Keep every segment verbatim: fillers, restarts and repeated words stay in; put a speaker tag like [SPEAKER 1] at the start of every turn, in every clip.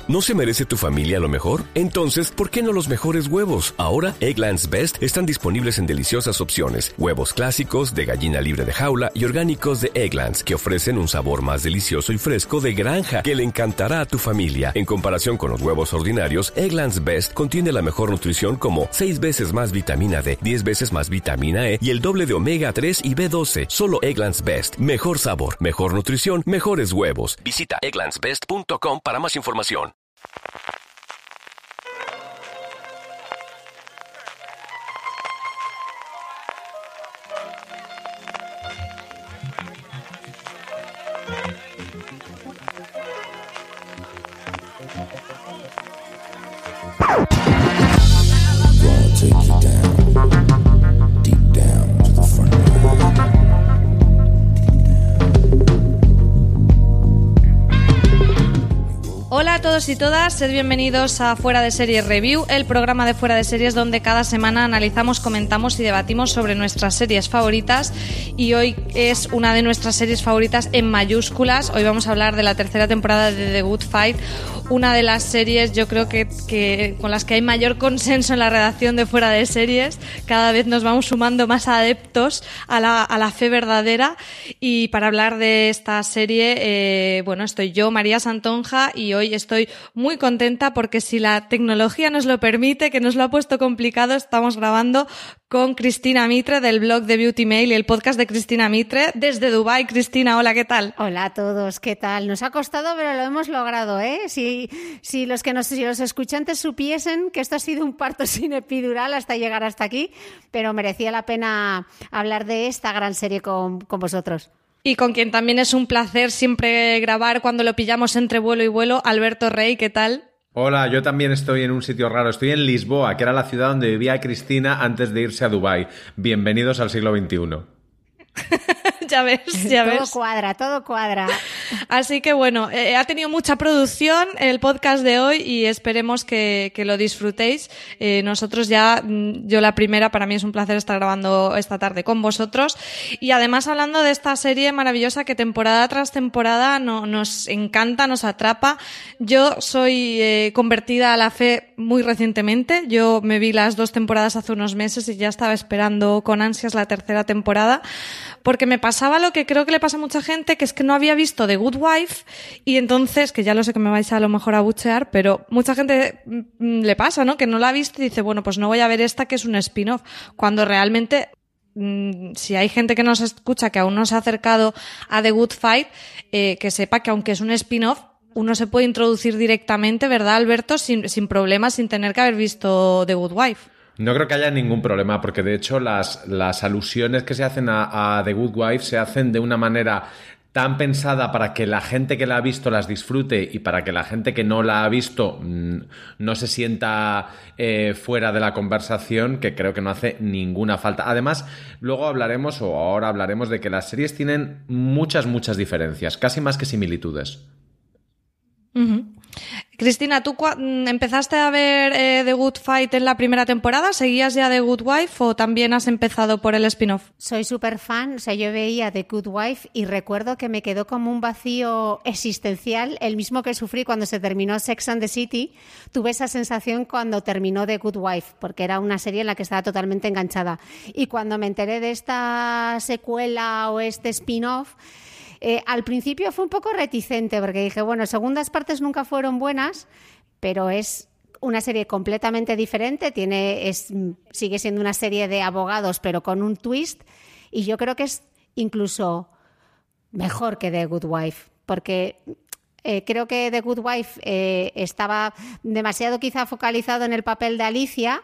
[SPEAKER 1] ¿No se merece tu familia lo mejor? Entonces, ¿por qué no los mejores huevos? Ahora, Eggland's Best están disponibles en deliciosas opciones. Huevos clásicos, de gallina libre de jaula y orgánicos de Eggland's, que ofrecen un sabor más delicioso y fresco de granja que le encantará a tu familia. En comparación con los huevos ordinarios, Eggland's Best contiene la mejor nutrición como seis veces más vitamina D, diez veces más vitamina E y el doble de omega tres y B doce. Solo Eggland's Best. Mejor sabor, mejor nutrición, mejores huevos. Visita egglands best punto com para más información.
[SPEAKER 2] Hola a todos y todas, sed bienvenidos a Fuera de Series Review, el programa de Fuera de Series donde cada semana analizamos, comentamos y debatimos sobre nuestras series favoritas, y hoy es una de nuestras series favoritas en mayúsculas. Hoy vamos a hablar de la tercera temporada de The Good Fight, una de las series yo creo que, que con las que hay mayor consenso en la redacción de Fuera de Series. Cada vez nos vamos sumando más adeptos a la, a la fe verdadera, y para hablar de esta serie, eh, bueno, estoy yo, María Santonja, y hoy estoy muy contenta porque, si la tecnología nos lo permite, que nos lo ha puesto complicado, estamos grabando con Cristina Mitre del blog de Beauty Mail y el podcast de Cristina Mitre desde Dubái. Cristina, hola, ¿qué tal?
[SPEAKER 3] Hola a todos, ¿qué tal? Nos ha costado, pero lo hemos logrado, ¿eh? Si, si, los, que nos, si los escuchantes supiesen que esto ha sido un parto sin epidural hasta llegar hasta aquí, pero merecía la pena hablar de esta gran serie con, con vosotros.
[SPEAKER 2] Y con quien también es un placer siempre grabar cuando lo pillamos entre vuelo y vuelo, Alberto Rey, ¿qué tal?
[SPEAKER 4] Hola, yo también estoy en un sitio raro. Estoy en Lisboa, que era la ciudad donde vivía Cristina antes de irse a Dubái. Bienvenidos al siglo veintiuno.
[SPEAKER 2] Ya ves, ya ves.
[SPEAKER 3] Todo cuadra, todo cuadra.
[SPEAKER 2] Así que bueno, eh, ha tenido mucha producción el podcast de hoy y esperemos que, que lo disfrutéis. Eh, nosotros ya, yo la primera, para mí es un placer estar grabando esta tarde con vosotros. Y además hablando de esta serie maravillosa que temporada tras temporada no, nos encanta, nos atrapa. Yo soy eh, convertida a la fe muy recientemente. Yo me vi las dos temporadas hace unos meses y ya estaba esperando con ansias la tercera temporada, porque me pasaba lo que creo que le pasa a mucha gente, que es que no había visto The Good Wife, y entonces, que ya lo sé que me vais a lo mejor a buchear, pero mucha gente mm, le pasa, ¿no? Que no la ha visto y dice, bueno, pues no voy a ver esta que es un spin-off, cuando realmente, mm, si hay gente que nos escucha que aún no se ha acercado a The Good Fight, eh, que sepa que aunque es un spin-off, uno se puede introducir directamente, ¿verdad, Alberto? Sin, sin problemas, sin tener que haber visto The Good Wife.
[SPEAKER 4] No creo que haya ningún problema, porque de hecho las, las alusiones que se hacen a, a The Good Wife se hacen de una manera tan pensada para que la gente que la ha visto las disfrute y para que la gente que no la ha visto mmm, no se sienta eh, fuera de la conversación, que creo que no hace ninguna falta. Además, luego hablaremos, o ahora hablaremos, de que las series tienen muchas, muchas diferencias, casi más que similitudes.
[SPEAKER 2] Uh-huh. Cristina, ¿tú cu- empezaste a ver eh, The Good Fight en la primera temporada? ¿Seguías ya The Good Wife o también has empezado por el spin-off?
[SPEAKER 3] Soy súper fan, o sea, yo veía The Good Wife y recuerdo que me quedó como un vacío existencial, el mismo que sufrí cuando se terminó Sex and the City. Tuve esa sensación cuando terminó The Good Wife, porque era una serie en la que estaba totalmente enganchada. Y cuando me enteré de esta secuela o este spin-off, Eh, al principio fue un poco reticente, porque dije, bueno, segundas partes nunca fueron buenas, pero es una serie completamente diferente, tiene, es, sigue siendo una serie de abogados, pero con un twist, y yo creo que es incluso mejor que The Good Wife, porque eh, creo que The Good Wife eh, estaba demasiado quizá focalizado en el papel de Alicia,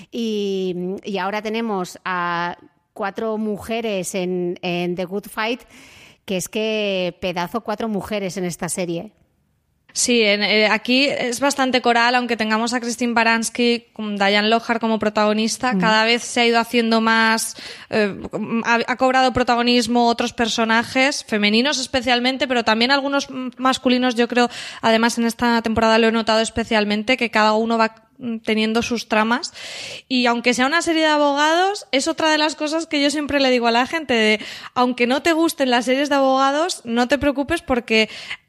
[SPEAKER 3] y, y ahora tenemos a cuatro mujeres en, en The Good Fight, que es que pedazo cuatro mujeres en esta serie.
[SPEAKER 2] Sí, en, eh, aquí es bastante coral, aunque tengamos a Christine Baranski, con Diane Lockhart como protagonista, mm. cada vez se ha ido haciendo más, eh, ha, ha cobrado protagonismo otros personajes, femeninos especialmente, pero también algunos masculinos. Yo creo, además en esta temporada lo he notado especialmente, que cada uno va teniendo sus tramas, y aunque sea una serie de abogados, es otra de las cosas que yo siempre le digo a la gente, de, aunque no te gusten las series de abogados, no te preocupes, porque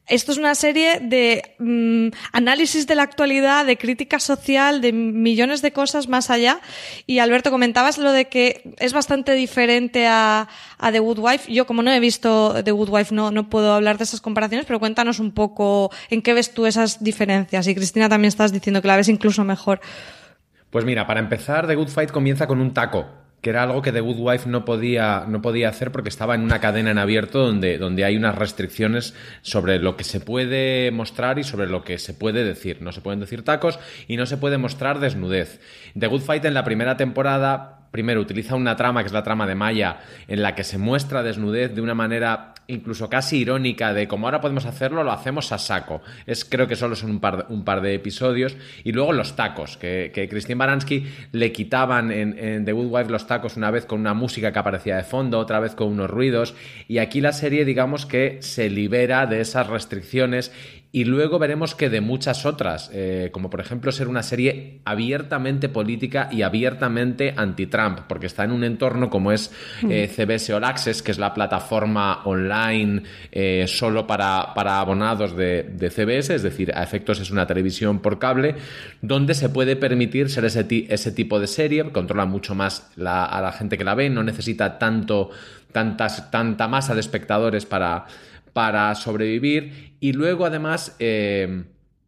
[SPEAKER 2] esto es una serie de mmm, análisis de la actualidad, de crítica social, de millones de cosas más allá. Y Alberto, comentabas lo de que es bastante diferente a, a The Good Wife. Yo, como no he visto The Good Wife, no, no puedo hablar de esas comparaciones, pero cuéntanos un poco en qué ves tú esas diferencias. Y Cristina, también estás diciendo que la ves incluso mejor.
[SPEAKER 4] Pues mira, para empezar, The Good Fight comienza con un taco, que era algo que The Good Wife no podía, no podía hacer porque estaba en una cadena en abierto donde, donde hay unas restricciones sobre lo que se puede mostrar y sobre lo que se puede decir. No se pueden decir tacos y no se puede mostrar desnudez. The Good Fight en la primera temporada, primero, utiliza una trama, que es la trama de Maya, en la que se muestra desnudez de una manera incluso casi irónica, de como ahora podemos hacerlo, lo hacemos a saco. Es, creo que solo son un par, un par de episodios. Y luego los tacos, que, que Christine Baranski le quitaban en, en The Good Wife los tacos una vez con una música que aparecía de fondo, otra vez con unos ruidos. Y aquí la serie, digamos que se libera de esas restricciones. Y luego veremos que de muchas otras, eh, como por ejemplo ser una serie abiertamente política y abiertamente anti-Trump, porque está en un entorno como es eh, C B S All Access, que es la plataforma online eh, solo para, para abonados de, de C B S, es decir, a efectos es una televisión por cable, donde se puede permitir ser ese, ti- ese tipo de serie, controla mucho más la, a la gente que la ve, no necesita tanto, tantas, tanta masa de espectadores para... para sobrevivir. Y luego además eh,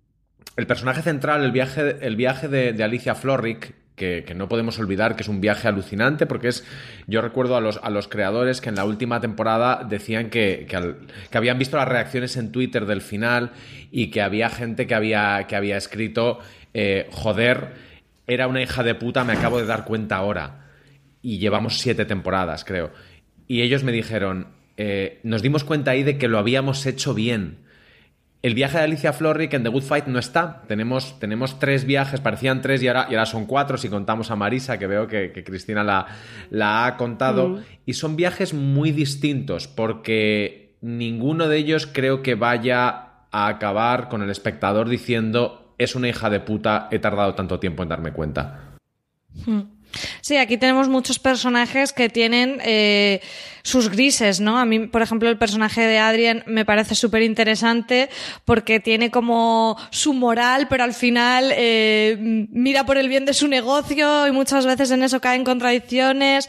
[SPEAKER 4] el personaje central, el viaje, el viaje de, de Alicia Florrick, que, que no podemos olvidar que es un viaje alucinante, porque es, yo recuerdo a los, a los creadores que en la última temporada decían que, que, al, que habían visto las reacciones en Twitter del final y que había gente que había, que había escrito eh, joder, era una hija de puta, me acabo de dar cuenta ahora, y llevamos siete temporadas, creo, y ellos me dijeron Eh, nos dimos cuenta ahí de que lo habíamos hecho bien. El viaje de Alicia Florrick en The Good Fight no está. Tenemos, tenemos tres viajes, parecían tres y ahora, y ahora son cuatro si contamos a Marisa, que veo que, que Cristina la, la ha contado. Mm. Y son viajes muy distintos porque ninguno de ellos creo que vaya a acabar con el espectador diciendo es una hija de puta, he tardado tanto tiempo en darme cuenta.
[SPEAKER 2] Mm. Sí, aquí tenemos muchos personajes que tienen eh, sus grises, ¿no? A mí, por ejemplo, el personaje de Adrian me parece súper interesante porque tiene como su moral, pero al final eh, mira por el bien de su negocio y muchas veces en eso caen contradicciones.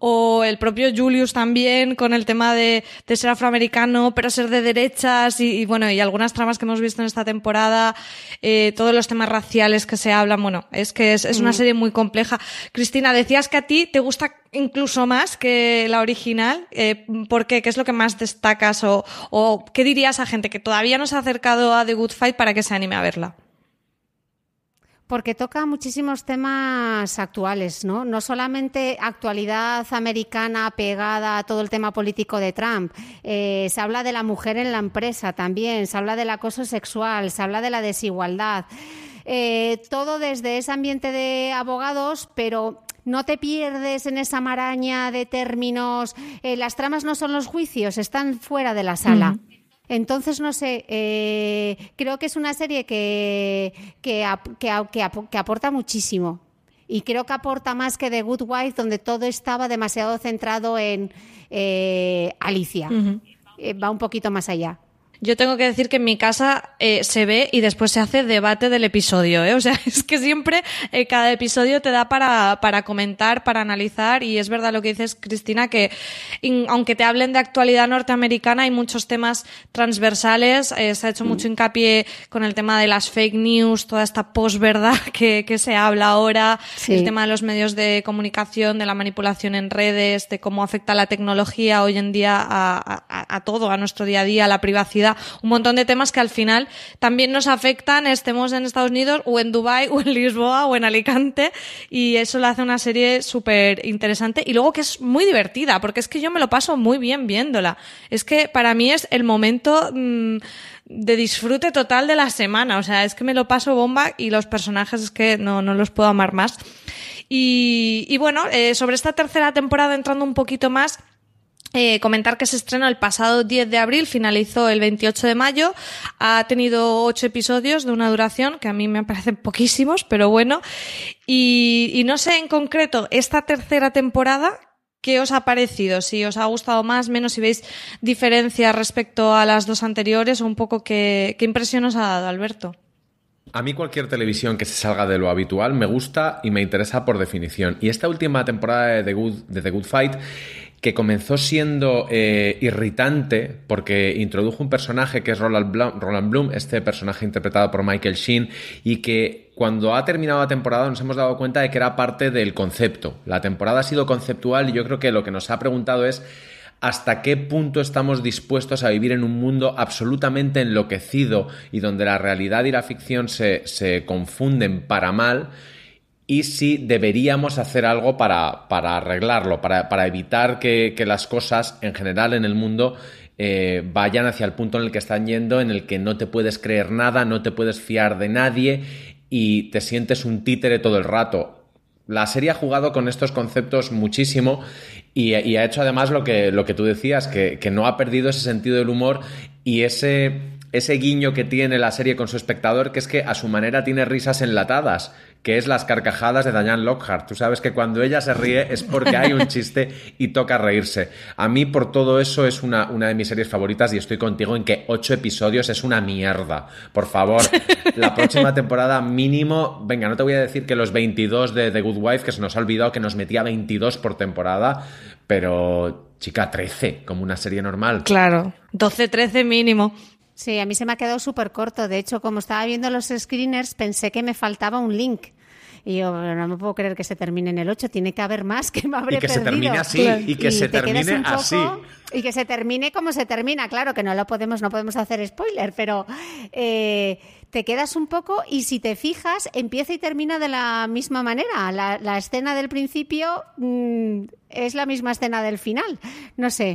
[SPEAKER 2] O el propio Julius también, con el tema de, de ser afroamericano, pero ser de derechas y, y bueno, y algunas tramas que hemos visto en esta temporada, eh, todos los temas raciales que se hablan. Bueno, es que es, es una serie muy compleja. Cristina, decías que a ti te gusta incluso más que la original. Eh, ¿Por qué? ¿Qué es lo que más destacas? O, o ¿qué dirías a gente que todavía no se ha acercado a The Good Fight para que se anime a verla?
[SPEAKER 3] Porque toca muchísimos temas actuales, ¿no? No solamente actualidad americana pegada a todo el tema político de Trump. Eh, se habla de la mujer en la empresa también, se habla del acoso sexual, se habla de la desigualdad. Eh, todo desde ese ambiente de abogados, pero no te pierdes en esa maraña de términos. Eh, las tramas no son los juicios, están fuera de la sala. Uh-huh. Entonces, no sé, eh, creo que es una serie que, que, que, que, que aporta muchísimo. Y creo que aporta más que The Good Wife, donde todo estaba demasiado centrado en eh, Alicia. Uh-huh. Eh, va un poquito más allá.
[SPEAKER 2] Yo tengo que decir que en mi casa eh, se ve y después se hace debate del episodio, ¿eh? O sea, es que siempre eh, cada episodio te da para, para comentar, para analizar, y es verdad lo que dices, Cristina, que in, aunque te hablen de actualidad norteamericana, hay muchos temas transversales. Eh, se ha hecho mucho hincapié con el tema de las fake news, toda esta posverdad que, que se habla ahora, sí. El tema de los medios de comunicación, de la manipulación en redes, de cómo afecta la tecnología hoy en día a, a, a todo, a nuestro día a día, a la privacidad. Un montón de temas que al final también nos afectan, estemos en Estados Unidos o en Dubái o en Lisboa o en Alicante, y eso lo hace una serie súper interesante y luego que es muy divertida, porque es que yo me lo paso muy bien viéndola. Es que para mí es el momento mmm, de disfrute total de la semana, o sea, es que me lo paso bomba y los personajes es que no, no los puedo amar más. Y, y bueno, eh, sobre esta tercera temporada, entrando un poquito más, Eh, comentar que se estrenó el pasado diez de abril, finalizó el veintiocho de mayo, ha tenido ocho episodios de una duración que a mí me parecen poquísimos, pero bueno, y, y no sé en concreto esta tercera temporada ¿qué os ha parecido? Si os ha gustado más, menos, si veis diferencias respecto a las dos anteriores, o un poco qué, qué impresión os ha dado, Alberto.
[SPEAKER 4] A mí cualquier televisión que se salga de lo habitual me gusta y me interesa por definición. Y esta última temporada de The Good, de The Good Fight, que comenzó siendo eh, irritante porque introdujo un personaje que es Roland Bloom, Roland Bloom, este personaje interpretado por Michael Sheen, y que cuando ha terminado la temporada nos hemos dado cuenta de que era parte del concepto. La temporada ha sido conceptual y yo creo que lo que nos ha preguntado es hasta qué punto estamos dispuestos a vivir en un mundo absolutamente enloquecido y donde la realidad y la ficción se, se confunden para mal, y si deberíamos hacer algo para, para arreglarlo, para, para evitar que, que las cosas en general en el mundo eh, vayan hacia el punto en el que están yendo, en el que no te puedes creer nada, no te puedes fiar de nadie y te sientes un títere todo el rato. La serie ha jugado con estos conceptos muchísimo y, y ha hecho además lo que, lo que tú decías, que, que no ha perdido ese sentido del humor y ese, ese guiño que tiene la serie con su espectador, que es que a su manera tiene risas enlatadas, que es las carcajadas de Diane Lockhart. Tú sabes que cuando ella se ríe es porque hay un chiste y toca reírse. A mí por todo eso es una, una de mis series favoritas y estoy contigo en que ocho episodios es una mierda. Por favor, la próxima temporada mínimo, venga, no te voy a decir que los veintidós de The Good Wife, que se nos ha olvidado que nos metía veintidós por temporada, pero chica, trece, como una serie normal.
[SPEAKER 2] Claro, doce, trece mínimo.
[SPEAKER 3] Sí, a mí se me ha quedado súper corto. De hecho, como estaba viendo los screeners, pensé que me faltaba un link. Y yo, no me puedo creer que se termine en el ocho. Tiene que haber más, que me habré perdido.
[SPEAKER 4] Y que
[SPEAKER 3] perdido.
[SPEAKER 4] se termine así, claro. y que y se termine poco, así.
[SPEAKER 3] Y que se termine como se termina. Claro, que no lo podemos, no podemos hacer spoiler, pero eh, te quedas un poco y si te fijas, empieza y termina de la misma manera. La, la escena del principio mmm, es la misma escena del final. No sé.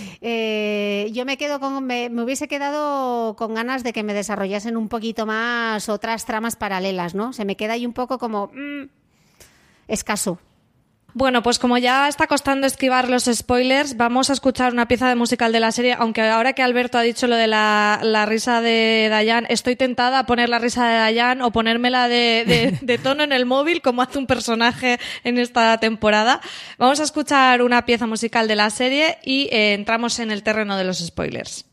[SPEAKER 3] Eh, yo me quedo con, me, me hubiese quedado con ganas de que me desarrollasen un poquito más otras tramas paralelas, ¿no? Se me queda ahí un poco como mmm, escaso.
[SPEAKER 2] Bueno, pues como ya está costando esquivar los spoilers, vamos a escuchar una pieza de musical de la serie, aunque ahora que Alberto ha dicho lo de la, la risa de Diane, estoy tentada a poner la risa de Diane o ponérmela de, de, de tono en el móvil, como hace un personaje en esta temporada. Vamos a escuchar una pieza musical de la serie y eh, entramos en el terreno de los spoilers.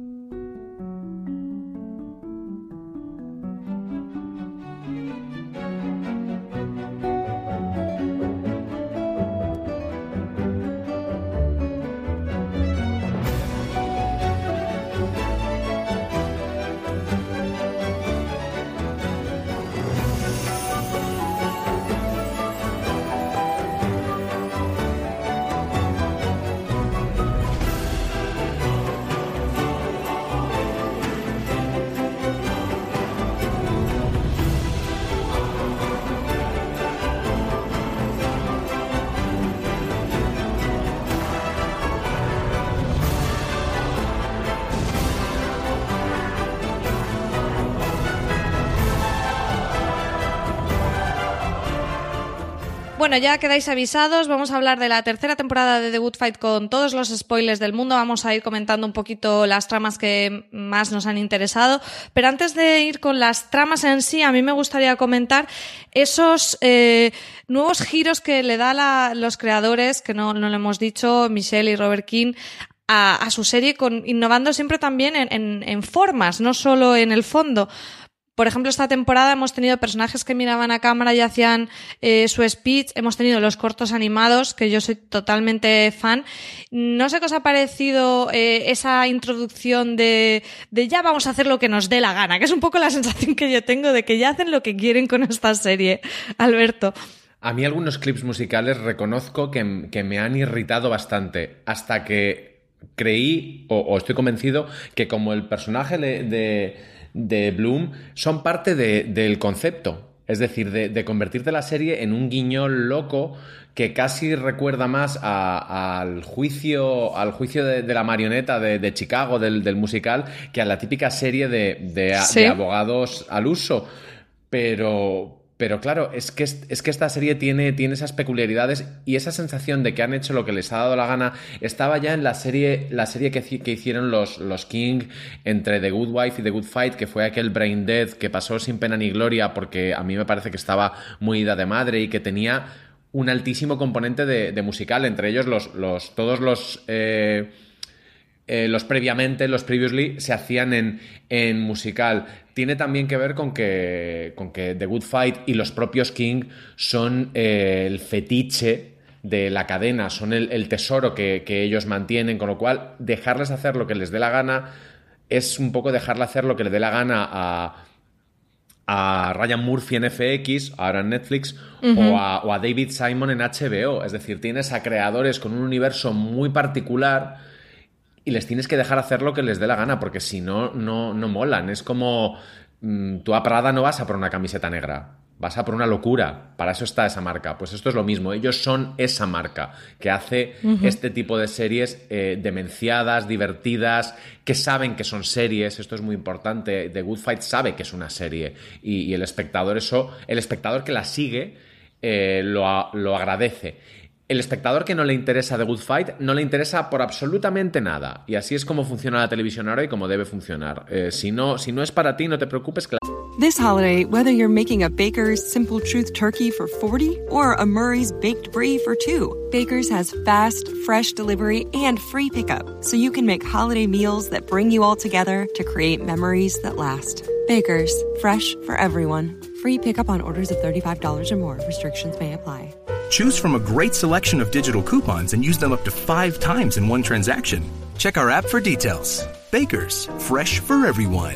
[SPEAKER 2] Bueno, ya quedáis avisados, vamos a hablar de la tercera temporada de The Good Fight con todos los spoilers del mundo, vamos a ir comentando un poquito las tramas que más nos han interesado, pero antes de ir con las tramas en sí, a mí me gustaría comentar esos eh, nuevos giros que le da la, los creadores, que no, no lo hemos dicho, Michelle y Robert King, a, a su serie, con, innovando siempre también en, en, en formas, no solo en el fondo. Por ejemplo, esta temporada hemos tenido personajes que miraban a cámara y hacían eh, su speech. Hemos tenido los cortos animados, que yo soy totalmente fan. No sé qué os ha parecido eh, esa introducción de, de ya vamos a hacer lo que nos dé la gana, que es un poco la sensación que yo tengo de que ya hacen lo que quieren con esta serie. Alberto.
[SPEAKER 4] A mí algunos clips musicales reconozco que, que me han irritado bastante, hasta que creí, o, o estoy convencido, que como el personaje de... de de Bloom son parte de, del concepto, es decir, de, de convertirte la serie en un guiñol loco que casi recuerda más a, a, al juicio al juicio de, de la marioneta de, de Chicago, del, del musical, que a la típica serie de, de, ¿sí? de abogados al uso, pero... Pero claro, es que, es que esta serie tiene, tiene esas peculiaridades y esa sensación de que han hecho lo que les ha dado la gana estaba ya en la serie, la serie que, que hicieron los, los King entre The Good Wife y The Good Fight, que fue aquel Brain Dead que pasó sin pena ni gloria porque a mí me parece que estaba muy ida de madre y que tenía un altísimo componente de, de musical, entre ellos los, los, todos los... Eh, Eh, los previamente, los previously, se hacían en, en musical. Tiene también que ver con que, con que The Good Fight y los propios King son eh, el fetiche de la cadena, son el, el tesoro que, que ellos mantienen, con lo cual dejarles hacer lo que les dé la gana es un poco dejarle hacer lo que le dé la gana a, a Ryan Murphy en F X, ahora en Netflix, uh-huh. o, a, o a David Simon en H B O. Es decir, tienes a creadores con un universo muy particular y les tienes que dejar hacer lo que les dé la gana, porque si no, no, no molan. Es como, mmm, tú a Prada no vas a por una camiseta negra, vas a por una locura. Para eso está esa marca. Pues esto es lo mismo. Ellos son esa marca que hace uh-huh. este tipo de series eh, demenciadas, divertidas, que saben que son series. Esto es muy importante. The Good Fight sabe que es una serie. Y, y el espectador eso, el espectador que la sigue eh, lo, lo agradece. El espectador que no le interesa The Good Fight no le interesa por absolutamente nada. Y así es como funciona la televisión ahora y como debe funcionar. Eh, si no, si no es para ti, no te preocupes. Que...
[SPEAKER 5] This holiday, whether you're making a Baker's Simple Truth turkey for forty or a Murray's Baked Brie for two, Baker's has fast, fresh delivery and free pickup, so you can make holiday meals that bring you all together to create memories that last. Baker's, fresh for everyone. Free pickup on orders of thirty-five dollars or more. Restrictions may apply.
[SPEAKER 6] Choose from a great selection of digital coupons and use them up to five times in one transaction. Check our app for details. Baker's, fresh for everyone.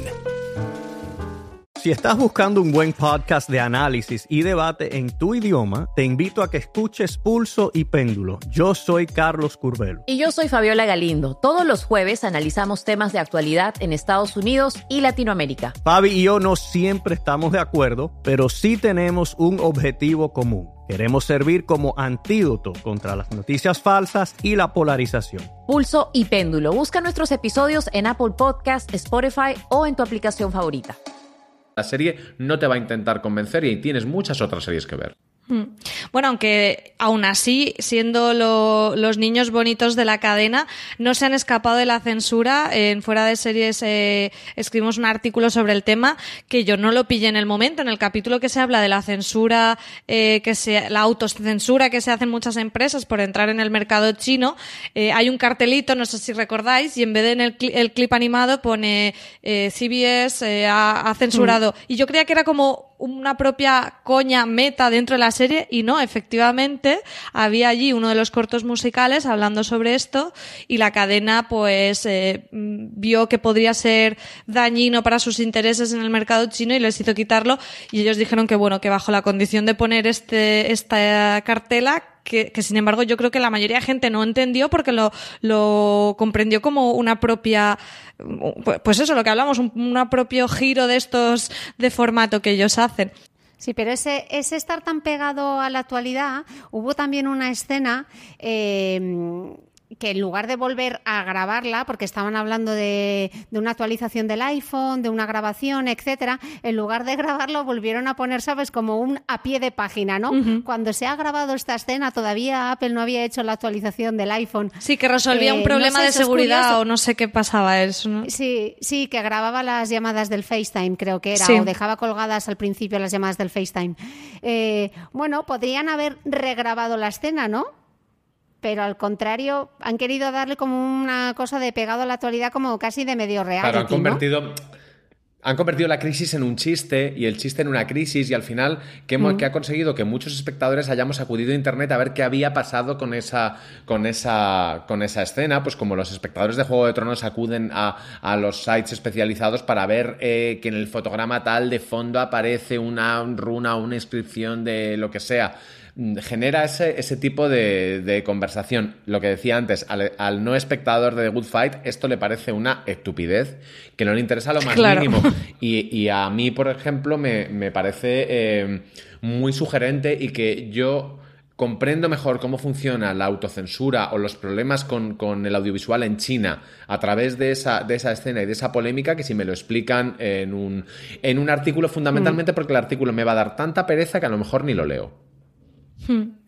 [SPEAKER 7] Si estás buscando un buen podcast de análisis y debate en tu idioma, te invito a que escuches Pulso y Péndulo. Yo soy Carlos Curbelo.
[SPEAKER 8] Y yo soy Fabiola Galindo. Todos los jueves analizamos temas de actualidad en Estados Unidos y Latinoamérica.
[SPEAKER 7] Fabi y yo no siempre estamos de acuerdo, pero sí tenemos un objetivo común. Queremos servir como antídoto contra las noticias falsas y la polarización.
[SPEAKER 8] Pulso y Péndulo. Busca nuestros episodios en Apple Podcast, Spotify o en tu aplicación favorita.
[SPEAKER 4] La serie no te va a intentar convencer y tienes muchas otras series que ver.
[SPEAKER 2] Bueno, aunque aún así, siendo lo, los niños bonitos de la cadena, no se han escapado de la censura. En Fuera de Series eh, escribimos un artículo sobre el tema que yo no lo pillé en el momento. En el capítulo que se habla de la censura, eh, que se, la autocensura que se hace en muchas empresas por entrar en el mercado chino, eh, hay un cartelito, no sé si recordáis, y en vez de en el, cli- el clip animado pone eh, C B S eh, ha, ha censurado. Mm. Y yo creía que era como una propia coña meta dentro de la serie, y no, efectivamente había allí uno de los cortos musicales hablando sobre esto, y la cadena pues eh, vio que podría ser dañino para sus intereses en el mercado chino y les hizo quitarlo, y ellos dijeron que bueno, que bajo la condición de poner este esta cartela, que, que sin embargo yo creo que la mayoría de gente no entendió porque lo, lo comprendió como una propia, pues eso, lo que hablamos, un una propio giro de estos de formato que ellos hacen.
[SPEAKER 3] Sí, pero ese, ese estar tan pegado a la actualidad, hubo también una escena eh, que en lugar de volver a grabarla, porque estaban hablando de, de una actualización del iPhone, de una grabación, etcétera, en lugar de grabarlo volvieron a poner, ¿sabes?, como un a pie de página, ¿no? Uh-huh. Cuando se ha grabado esta escena, todavía Apple no había hecho la actualización del iPhone.
[SPEAKER 2] Sí, que resolvía eh, un problema no sé, de seguridad o no sé qué pasaba eso, ¿no?
[SPEAKER 3] Sí, sí, que grababa las llamadas del FaceTime, creo que era, sí. O dejaba colgadas al principio las llamadas del FaceTime. Eh, bueno, podrían haber regrabado la escena, ¿no? Pero al contrario, han querido darle como una cosa de pegado a la actualidad, como casi de medio reality,
[SPEAKER 4] claro, han convertido,
[SPEAKER 3] ¿no?
[SPEAKER 4] Han convertido la crisis en un chiste y el chiste en una crisis, y al final, ¿qué, mm. ¿qué ha conseguido? Que muchos espectadores hayamos acudido a internet a ver qué había pasado con esa, con esa, con esa escena, pues como los espectadores de Juego de Tronos acuden a, a los sites especializados para ver eh, que en el fotograma tal de fondo aparece una runa o una inscripción de lo que sea. Genera ese, ese tipo de, de conversación. Lo que decía antes, al, al no espectador de The Good Fight, esto le parece una estupidez que no le interesa lo más claro. mínimo. Y, y a mí, por ejemplo, me, me parece eh, muy sugerente, y que yo comprendo mejor cómo funciona la autocensura o los problemas con, con el audiovisual en China a través de esa, de esa escena y de esa polémica, que si me lo explican en un, en un artículo, fundamentalmente mm. porque el artículo me va a dar tanta pereza que a lo mejor ni lo leo.
[SPEAKER 2] Hmm.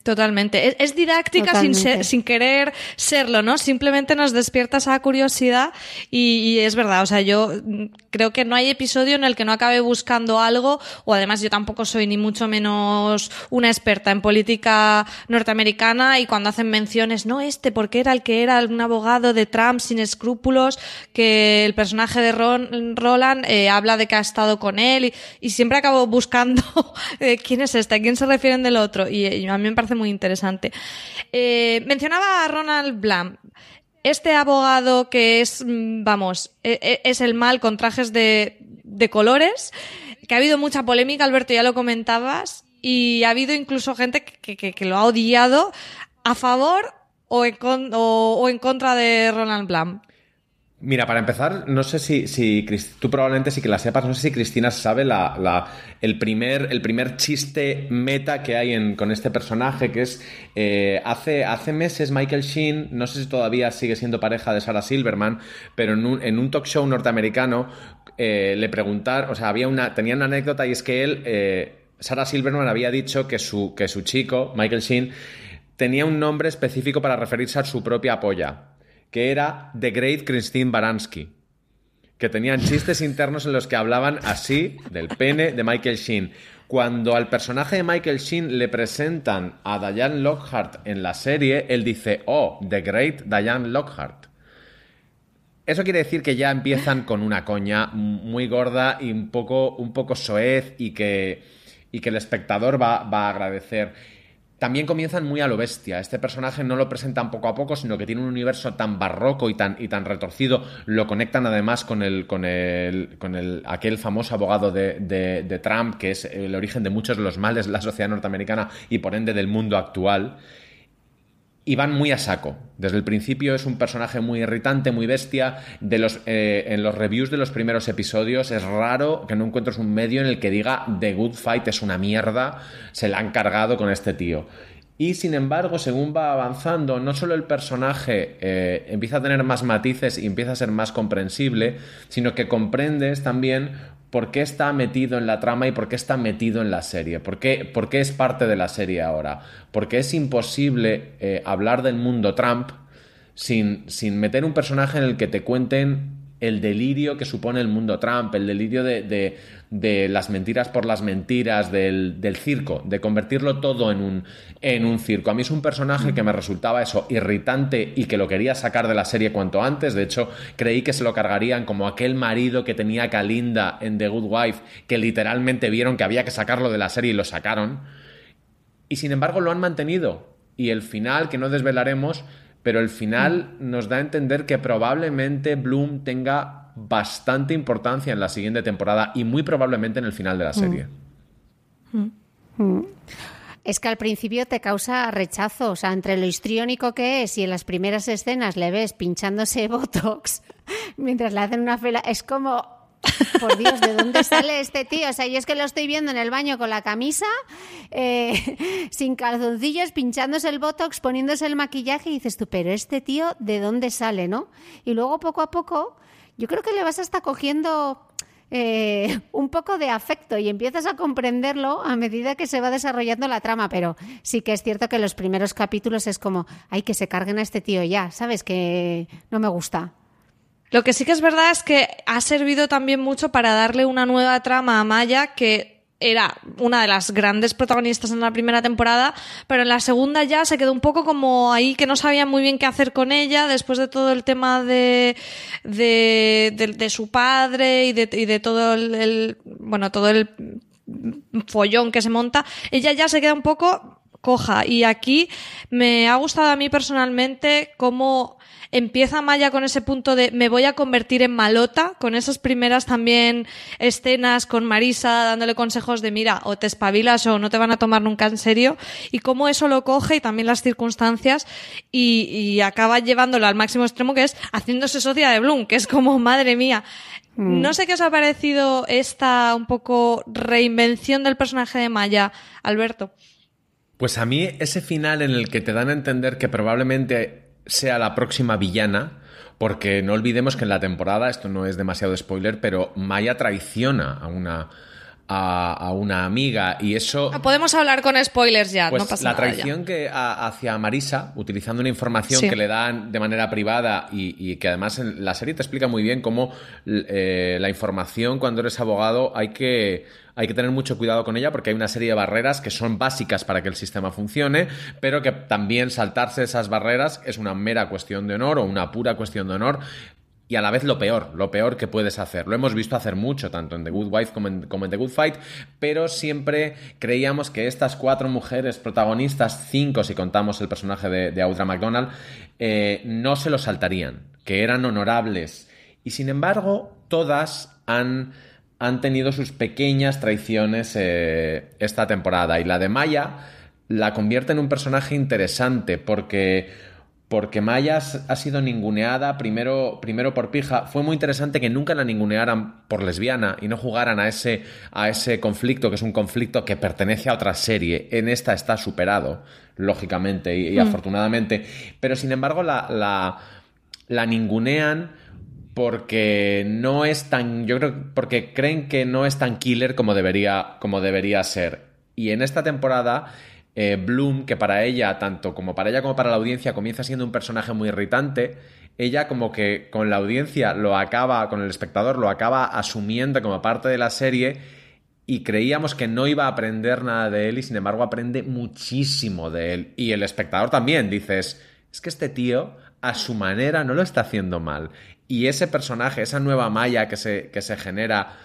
[SPEAKER 2] Totalmente. Es, es didáctica sin, ser, sin querer serlo, ¿no? Simplemente nos despierta esa curiosidad y, y es verdad, o sea, yo creo que no hay episodio en el que no acabe buscando algo, o además yo tampoco soy ni mucho menos una experta en política norteamericana, y cuando hacen menciones, no este, porque era el que era un abogado de Trump sin escrúpulos, que el personaje de Ron, Roland eh, habla de que ha estado con él, y, y siempre acabo buscando eh, quién es este, a quién se refieren del otro, y, y a mí me parece muy interesante. Eh, mencionaba a Ronald Blam, este abogado que es, vamos, es el mal con trajes de, de colores, que ha habido mucha polémica, Alberto, ya lo comentabas, y ha habido incluso gente que, que, que lo ha odiado a favor o en, con, o, o en contra de Ronald Blam.
[SPEAKER 4] Mira, para empezar, no sé si, si tú probablemente sí que la sepas, no sé si Cristina sabe la, la, el, primer, el primer chiste meta que hay en, con este personaje, que es, eh, hace, hace meses Michael Sheen, no sé si todavía sigue siendo pareja de Sarah Silverman, pero en un, en un talk show norteamericano eh, le preguntaron, o sea, había una, tenía una anécdota, y es que él, eh, Sarah Silverman había dicho que su, que su chico, Michael Sheen, tenía un nombre específico para referirse a su propia polla, que era The Great Christine Baranski, que tenían chistes internos en los que hablaban así del pene de Michael Sheen. Cuando al personaje de Michael Sheen le presentan a Diane Lockhart en la serie, él dice, oh, The Great Diane Lockhart. Eso quiere decir que ya empiezan con una coña muy gorda y un poco, un poco soez, y que, y que el espectador va, va a agradecer. También comienzan muy a lo bestia. Este personaje no lo presentan poco a poco, sino que tiene un universo tan barroco y tan, y tan retorcido. Lo conectan además con el, con el, con el, aquel famoso abogado de, de, de Trump, que es el origen de muchos de los males de la sociedad norteamericana y por ende del mundo actual. Y van muy a saco. Desde el principio es un personaje muy irritante, muy bestia. De los, eh, en los reviews de los primeros episodios es raro que no encuentres un medio en el que diga The Good Fight es una mierda, se la han cargado con este tío. Y sin embargo, según va avanzando, no solo el personaje eh, empieza a tener más matices y empieza a ser más comprensible, sino que comprendes también por qué está metido en la trama y por qué está metido en la serie. ¿Por qué, por qué es parte de la serie ahora? Porque es imposible eh, hablar del mundo Trump sin, sin meter un personaje en el que te cuenten el delirio que supone el mundo Trump, el delirio de, de, de las mentiras por las mentiras, del, del circo, de convertirlo todo en un, en un circo. A mí es un personaje que me resultaba eso, irritante, y que lo quería sacar de la serie cuanto antes. De hecho, creí que se lo cargarían como aquel marido que tenía Kalinda en The Good Wife, que literalmente vieron que había que sacarlo de la serie y lo sacaron. Y sin embargo lo han mantenido. Y el final, que no desvelaremos, pero el final nos da a entender que probablemente Bloom tenga bastante importancia en la siguiente temporada y muy probablemente en el final de la serie.
[SPEAKER 3] Mm. Mm. Es que al principio te causa rechazo, o sea, entre lo histriónico que es y en las primeras escenas le ves pinchándose Botox mientras le hacen una fela, es como... Por Dios, ¿de dónde sale este tío? O sea, yo es que lo estoy viendo en el baño con la camisa, eh, sin calzoncillos, pinchándose el botox, poniéndose el maquillaje, y dices tú, pero este tío, ¿de dónde sale, no? Y luego, poco a poco, yo creo que le vas hasta cogiendo eh, un poco de afecto y empiezas a comprenderlo a medida que se va desarrollando la trama, pero sí que es cierto que en los primeros capítulos es como, ay, que se carguen a este tío ya, ¿sabes? Que no me gusta.
[SPEAKER 2] Lo que sí que es verdad es que ha servido también mucho para darle una nueva trama a Maya, que era una de las grandes protagonistas en la primera temporada, pero en la segunda ya se quedó un poco como ahí, que no sabía muy bien qué hacer con ella después de todo el tema de de, de, de su padre y de, y de todo el, el bueno todo el follón que se monta. Ella ya se queda un poco coja, y aquí me ha gustado a mí personalmente cómo empieza Maya con ese punto de me voy a convertir en malota, con esas primeras también escenas con Marisa dándole consejos de mira, o te espabilas o no te van a tomar nunca en serio, y cómo eso lo coge y también las circunstancias, y, y acaba llevándolo al máximo extremo, que es haciéndose socia de Bloom, que es como madre mía. Mm. No sé qué os ha parecido esta un poco reinvención del personaje de Maya, Alberto.
[SPEAKER 4] Pues a mí ese final en el que te dan a entender que probablemente sea la próxima villana, porque no olvidemos que en la temporada, esto no es demasiado spoiler, pero Maya traiciona a una, a, a una amiga y eso...
[SPEAKER 2] Podemos hablar con spoilers ya,
[SPEAKER 4] pues
[SPEAKER 2] no pasa
[SPEAKER 4] la
[SPEAKER 2] nada. La
[SPEAKER 4] traición
[SPEAKER 2] ya.
[SPEAKER 4] que a, hacia Marisa, utilizando una información
[SPEAKER 2] sí.
[SPEAKER 4] que le dan de manera privada y, y que además en la serie te explica muy bien cómo eh, la información cuando eres abogado hay que... Hay que tener mucho cuidado con ella porque hay una serie de barreras que son básicas para que el sistema funcione, pero que también saltarse esas barreras es una mera cuestión de honor o una pura cuestión de honor y a la vez lo peor, lo peor que puedes hacer. Lo hemos visto hacer mucho, tanto en The Good Wife como en, como en The Good Fight, pero siempre creíamos que estas cuatro mujeres protagonistas, cinco si contamos el personaje de, de Audra McDonald, eh, no se lo saltarían, que eran honorables. Y sin embargo, todas han... han tenido sus pequeñas traiciones eh, esta temporada. Y la de Maya la convierte en un personaje interesante porque, porque Maya ha sido ninguneada primero, primero por pija. Fue muy interesante que nunca la ningunearan por lesbiana y no jugaran a ese, a ese conflicto, que es un conflicto que pertenece a otra serie. En esta está superado, lógicamente y, y mm. afortunadamente. Pero sin embargo la, la, la ningunean porque no es tan, yo creo, porque creen que no es tan killer como debería, como debería ser. Y en esta temporada, eh, Bloom, que para ella, tanto como para ella como para la audiencia, comienza siendo un personaje muy irritante, ella como que con la audiencia lo acaba, con el espectador lo acaba asumiendo como parte de la serie y creíamos que no iba a aprender nada de él y sin embargo aprende muchísimo de él. Y el espectador también, dices, es que este tío a su manera no lo está haciendo mal. Y ese personaje, esa nueva Maya que se, que se genera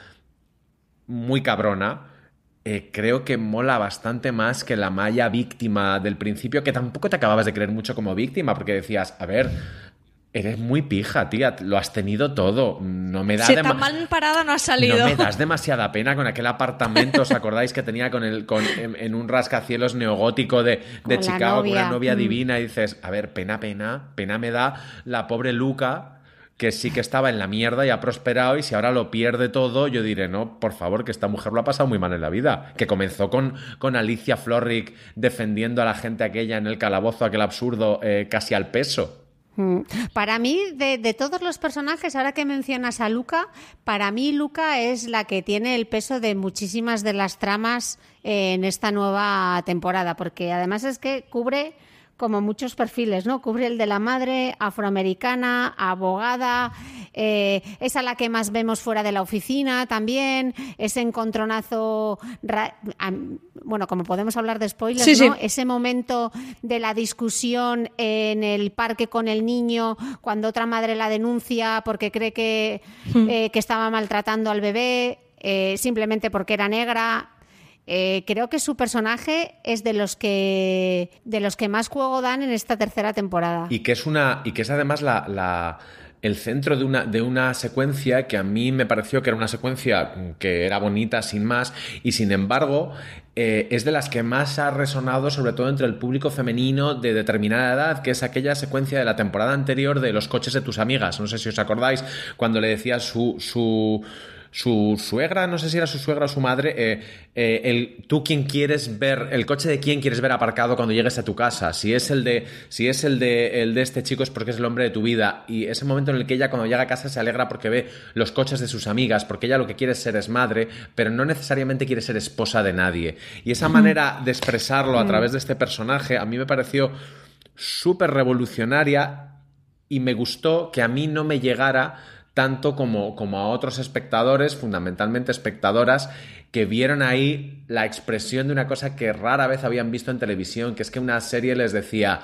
[SPEAKER 4] muy cabrona, eh, creo que mola bastante más que la Maya víctima del principio, que tampoco te acababas de creer mucho como víctima, porque decías, a ver, eres muy pija, tía, lo has tenido todo, no me da...
[SPEAKER 2] Si
[SPEAKER 4] dema-
[SPEAKER 2] tan mal parada no has salido.
[SPEAKER 4] No me das demasiada pena con aquel apartamento, ¿os acordáis que tenía con el, con, en, en un rascacielos neogótico de, de Chicago con una novia mm. divina? Y dices, a ver, pena, pena, pena me da la pobre Luca, que sí que estaba en la mierda y ha prosperado y si ahora lo pierde todo, yo diré, no, por favor, que esta mujer lo ha pasado muy mal en la vida. Que comenzó con, con Alicia Florrick defendiendo a la gente aquella en el calabozo, aquel absurdo, eh, casi al peso.
[SPEAKER 3] Para mí, de, de todos los personajes, ahora que mencionas a Luca, para mí Luca es la que tiene el peso de muchísimas de las tramas eh, en esta nueva temporada, porque además es que cubre como muchos perfiles, ¿no? Cubre el de la madre afroamericana, abogada, eh, es a la que más vemos fuera de la oficina también, ese encontronazo, ra- bueno, como podemos hablar de spoilers,
[SPEAKER 2] sí,
[SPEAKER 3] ¿no?
[SPEAKER 2] Sí.
[SPEAKER 3] Ese momento de la discusión en el parque con el niño, cuando otra madre la denuncia porque cree que, mm. eh, que estaba maltratando al bebé, eh, simplemente porque era negra. Eh, creo que su personaje es de los que de los que más juego dan en esta tercera temporada.
[SPEAKER 4] Y que es una y que es además la, la el centro de una de una secuencia que a mí me pareció que era una secuencia que era bonita sin más y sin embargo eh, es de las que más ha resonado sobre todo entre el público femenino de determinada edad, que es aquella secuencia de la temporada anterior de los coches de tus amigas. No sé si os acordáis cuando le decía su su su suegra, no sé si era su suegra o su madre, eh, eh, el, tú quién quieres ver, el coche de quién quieres ver aparcado cuando llegues a tu casa, si es el de si es el de, el de este chico es porque es el hombre de tu vida, y ese momento en el que ella cuando llega a casa se alegra porque ve los coches de sus amigas, porque ella lo que quiere ser es madre, pero no necesariamente quiere ser esposa de nadie, y esa manera de expresarlo a través de este personaje a mí me pareció súper revolucionaria y me gustó que a mí no me llegara tanto como, como a otros espectadores, fundamentalmente espectadoras, que vieron ahí la expresión de una cosa que rara vez habían visto en televisión, que es que una serie les decía,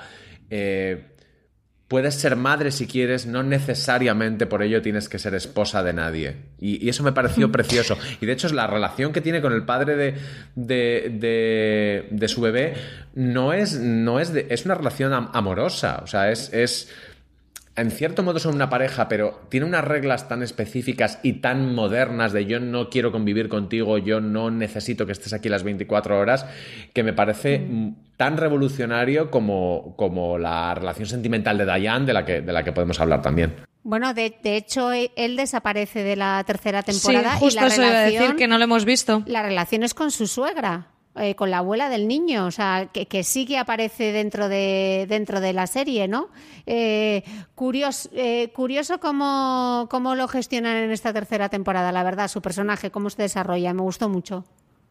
[SPEAKER 4] eh, puedes ser madre si quieres, no necesariamente por ello tienes que ser esposa de nadie. Y, y eso me pareció precioso. Y de hecho es la relación que tiene con el padre de, de, de, de su bebé, no es, no es, de, es una relación am- amorosa, o sea, es... es en cierto modo son una pareja, pero tiene unas reglas tan específicas y tan modernas de yo no quiero convivir contigo, yo no necesito que estés aquí las veinticuatro horas, que me parece mm. tan revolucionario como, como la relación sentimental de Diane, de la que, de la que podemos hablar también.
[SPEAKER 3] Bueno, de, de hecho, él desaparece de la tercera temporada.
[SPEAKER 2] Sí, justo
[SPEAKER 3] y la
[SPEAKER 2] eso iba a
[SPEAKER 3] relación,
[SPEAKER 2] decir, que no lo hemos visto.
[SPEAKER 3] La relación es con su suegra. eh, con la abuela del niño, o sea, que, que sí que aparece dentro de, dentro de la serie, ¿no? Eh, curioso eh, curioso cómo, cómo lo gestionan en esta tercera temporada, la verdad, su personaje, cómo se desarrolla, me gustó mucho.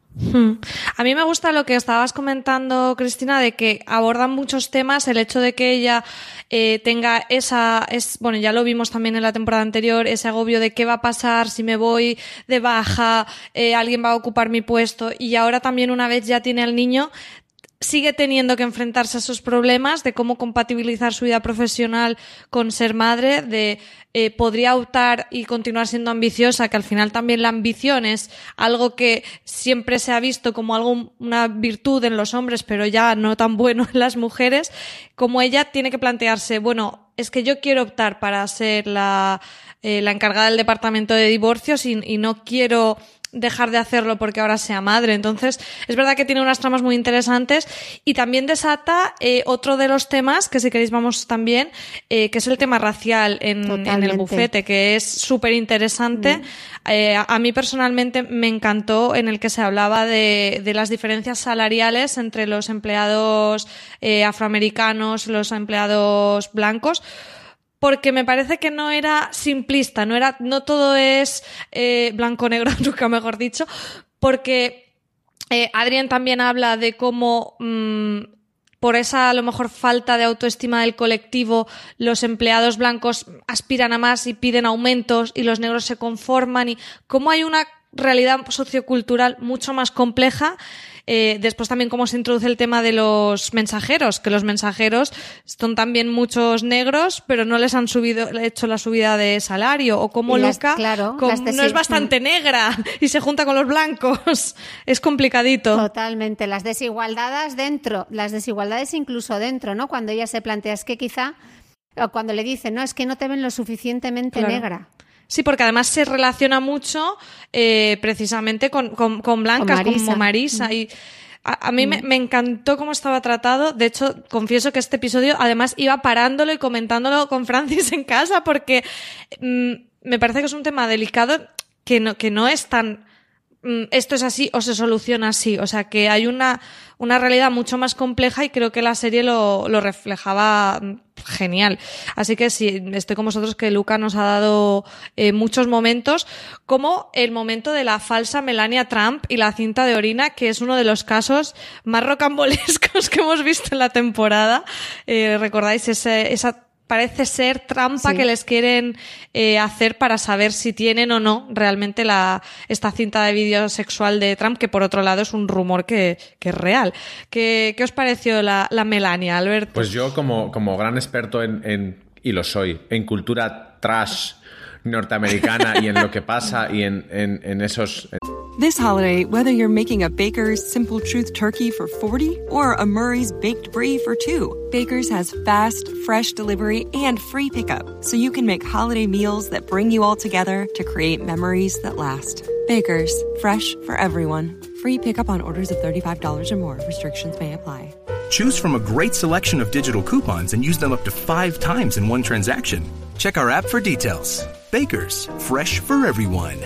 [SPEAKER 2] A mí me gusta lo que estabas comentando, Cristina, de que abordan muchos temas, el hecho de que ella eh, tenga esa, es, bueno, ya lo vimos también en la temporada anterior, ese agobio de qué va a pasar si me voy de baja, eh, alguien va a ocupar mi puesto, y ahora también una vez ya tiene al niño, sigue teniendo que enfrentarse a esos problemas de cómo compatibilizar su vida profesional con ser madre, de eh, podría optar y continuar siendo ambiciosa, que al final también la ambición es algo que siempre se ha visto como algo, una virtud en los hombres, pero ya no tan bueno en las mujeres, como ella tiene que plantearse, bueno, es que yo quiero optar para ser la, eh, la encargada del departamento de divorcios y, y no quiero dejar de hacerlo porque ahora sea madre. Entonces, es verdad que tiene unas tramas muy interesantes y también desata eh, otro de los temas, que si queréis vamos también, eh, que es el tema racial en, en el bufete, que es súper interesante. Mm. Eh, a, a mí personalmente me encantó, en el que se hablaba de, de las diferencias salariales entre los empleados eh, afroamericanos y los empleados blancos, porque me parece que no era simplista, no era, no todo es eh, blanco-negro, nunca mejor dicho, porque eh, Adrien también habla de cómo mmm, por esa a lo mejor falta de autoestima del colectivo, los empleados blancos aspiran a más y piden aumentos y los negros se conforman, y cómo hay una realidad sociocultural mucho más compleja. Eh, después también cómo se introduce el tema de los mensajeros, que los mensajeros son también muchos negros, pero no les han subido, hecho la subida de salario, o como las, Luca
[SPEAKER 3] claro,
[SPEAKER 2] como no es bastante negra y se junta con los blancos. Es complicadito.
[SPEAKER 3] Totalmente. Las desigualdades dentro, las desigualdades incluso dentro, ¿no? Cuando ella se plantea, es que quizá, cuando le dicen, no, es que no te ven lo suficientemente claro. negra.
[SPEAKER 2] Sí, porque además se relaciona mucho eh, precisamente con, con, con blancas, con como Marisa. Y a, a mí mm. me, me encantó cómo estaba tratado. De hecho, confieso que este episodio además iba parándolo y comentándolo con Francis en casa, porque mm, me parece que es un tema delicado que no, que no es tan... esto es así o se soluciona así, o sea que hay una, una realidad mucho más compleja, y creo que la serie lo, lo reflejaba genial. Así que sí, estoy con vosotros, que Luca nos ha dado eh, muchos momentos, como el momento de la falsa Melania Trump y la cinta de orina, que es uno de los casos más rocambolescos que hemos visto en la temporada. Eh, ¿recordáis ese, esa parece ser trampa sí. que les quieren eh, hacer para saber si tienen o no realmente la esta cinta de vídeo sexual de Trump, que por otro lado es un rumor que, que es real? ¿Qué, qué os pareció la, la Melania, Alberto?
[SPEAKER 4] Pues yo como, como gran experto en, en, y lo soy, en cultura trash norteamericana y en lo que pasa y en, en, en esos... En...
[SPEAKER 5] This holiday, whether you're making a Baker's Simple Truth turkey for forty or a Murray's Baked Brie for two, Baker's has fast, fresh delivery and free pickup, so you can make holiday meals that bring you all together to create memories that last. Baker's, fresh for everyone. Free pickup on orders of thirty-five dollars or more. Restrictions may apply.
[SPEAKER 6] Choose from a great selection of digital coupons and use them up to five times in one transaction. Check our app for details. Baker's, fresh for everyone.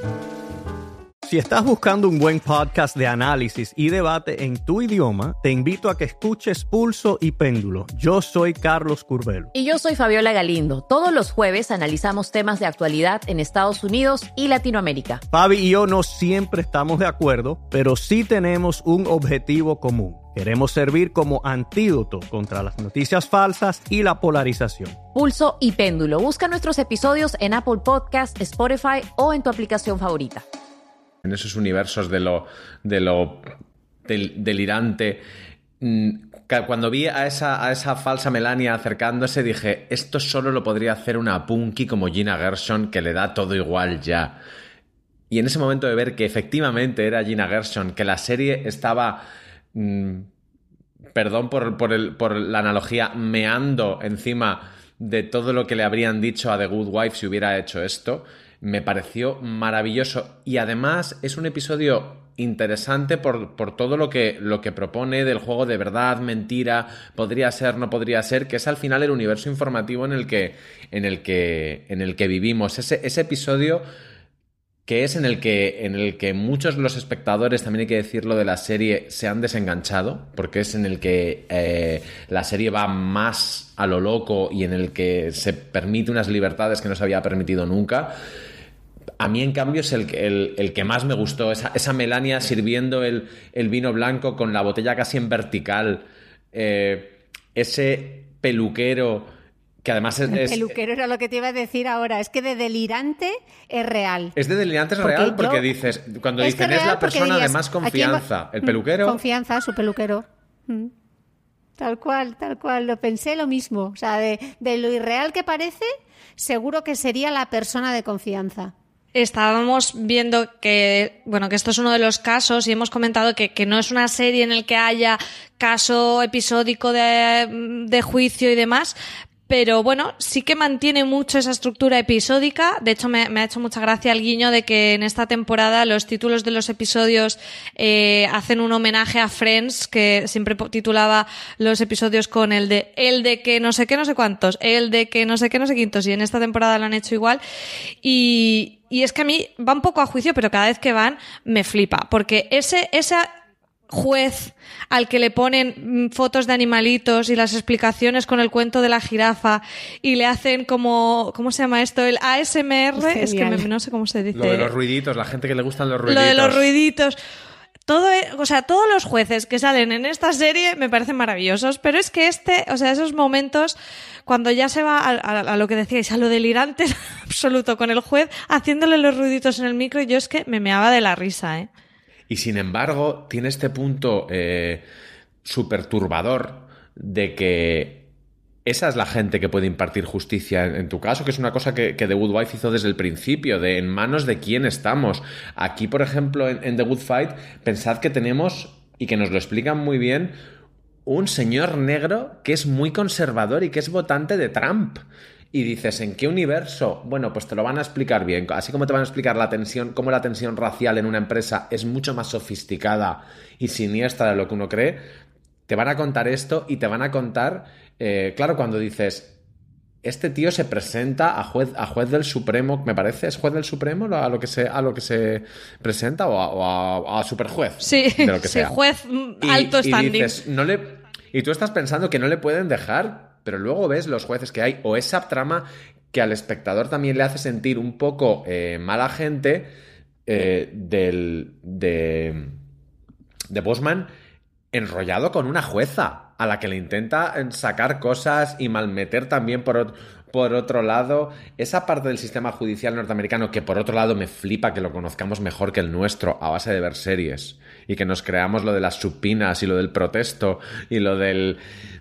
[SPEAKER 7] Si estás buscando un buen podcast de análisis y debate en tu idioma, te invito a que escuches Pulso y Péndulo. Yo soy Carlos Curbelo.
[SPEAKER 8] Y yo soy Fabiola Galindo. Todos los jueves analizamos temas de actualidad en Estados Unidos y Latinoamérica.
[SPEAKER 7] Fabi y yo no siempre estamos de acuerdo, pero sí tenemos un objetivo común. Queremos servir como antídoto contra las noticias falsas y la polarización.
[SPEAKER 8] Pulso y Péndulo. Busca nuestros episodios en Apple Podcast, Spotify o en tu aplicación favorita.
[SPEAKER 4] En esos universos de lo, de lo del, delirante. Cuando vi a esa, a esa falsa Melania acercándose, dije, esto solo lo podría hacer una punky como Gina Gershon, que le da todo igual ya. Y en ese momento de ver que efectivamente era Gina Gershon, que la serie estaba, mmm, perdón por, por, el, por la analogía, meando encima de todo lo que le habrían dicho a The Good Wife si hubiera hecho esto, me pareció maravilloso. Y además es un episodio interesante por, por todo lo que, lo que propone del juego de verdad, mentira, podría ser, no podría ser, que es al final el universo informativo en el que, en el que, en el que vivimos. Ese, ese episodio que es en el que, en el que muchos de los espectadores, también hay que decirlo, de la serie se han desenganchado, porque es en el que eh, la serie va más a lo loco y en el que se permite unas libertades que no se había permitido nunca. A mí, en cambio, es el, el, el que más me gustó, esa, esa Melania sirviendo el, el vino blanco con la botella casi en vertical, eh, ese peluquero... Que además es,
[SPEAKER 3] el
[SPEAKER 4] es,
[SPEAKER 3] peluquero era lo que te iba a decir ahora. Es que de delirante es real.
[SPEAKER 4] Es de delirante es
[SPEAKER 3] porque
[SPEAKER 4] real porque
[SPEAKER 3] yo,
[SPEAKER 4] dices, cuando
[SPEAKER 3] es
[SPEAKER 4] dicen es la persona dirías, de más confianza, el peluquero.
[SPEAKER 3] Confianza, su peluquero. Mm. Tal cual, tal cual. Lo pensé lo mismo. O sea, de, de lo irreal que parece, seguro que sería la persona de confianza.
[SPEAKER 2] Estábamos viendo que, bueno, que esto es uno de los casos y hemos comentado que, que no es una serie en el que haya caso episódico de, de juicio y demás. Pero bueno, sí que mantiene mucho esa estructura episódica. De hecho, me, me ha hecho mucha gracia el guiño de que en esta temporada los títulos de los episodios eh, hacen un homenaje a Friends, que siempre titulaba los episodios con el de el de que no sé qué, no sé cuántos, el de que no sé qué, no sé quintos. Y en esta temporada lo han hecho igual. Y, y es que a mí va un poco a juicio, pero cada vez que van me flipa. Porque ese, esa... juez al que le ponen fotos de animalitos y las explicaciones con el cuento de la jirafa y le hacen como, ¿cómo se llama esto? El A S M R, es, es que me, no sé cómo se dice.
[SPEAKER 4] Lo de los ruiditos, la gente que le gustan los ruiditos.
[SPEAKER 2] Lo de los ruiditos. Todo, o sea, todos los jueces que salen en esta serie me parecen maravillosos, pero es que este, o sea, esos momentos cuando ya se va a, a, a lo que decíais, a lo delirante absoluto con el juez haciéndole los ruiditos en el micro, y yo es que me meaba de la risa, ¿eh?
[SPEAKER 4] Y sin embargo, tiene este punto eh, súper turbador de que esa es la gente que puede impartir justicia en, en tu caso, que es una cosa que, que The Good Wife hizo desde el principio, de en manos de quién estamos. Aquí, por ejemplo, en, en The Good Fight, pensad que tenemos, y que nos lo explican muy bien, un señor negro que es muy conservador y que es votante de Trump. Y dices, ¿en qué universo? Bueno, pues te lo van a explicar bien. Así como te van a explicar la tensión, cómo la tensión racial en una empresa es mucho más sofisticada y siniestra de lo que uno cree, te van a contar esto y te van a contar, eh, claro, cuando dices, este tío se presenta a juez, a juez del Supremo, me parece, ¿es juez del Supremo a lo que se, a lo que se presenta o a, o a, a superjuez?
[SPEAKER 2] Sí,
[SPEAKER 4] de lo que
[SPEAKER 2] sí,
[SPEAKER 4] sea.
[SPEAKER 2] Juez alto
[SPEAKER 4] y,
[SPEAKER 2] standing.
[SPEAKER 4] Y dices, no le... Y tú estás pensando que no le pueden dejar... Pero luego ves los jueces que hay o esa trama que al espectador también le hace sentir un poco eh, mala gente eh, del, de, de Bosman enrollado con una jueza a la que le intenta sacar cosas y malmeter también por, por otro lado. Esa parte del sistema judicial norteamericano que por otro lado me flipa que lo conozcamos mejor que el nuestro a base de ver series y que nos creamos lo de las supinas y lo del protesto y lo del...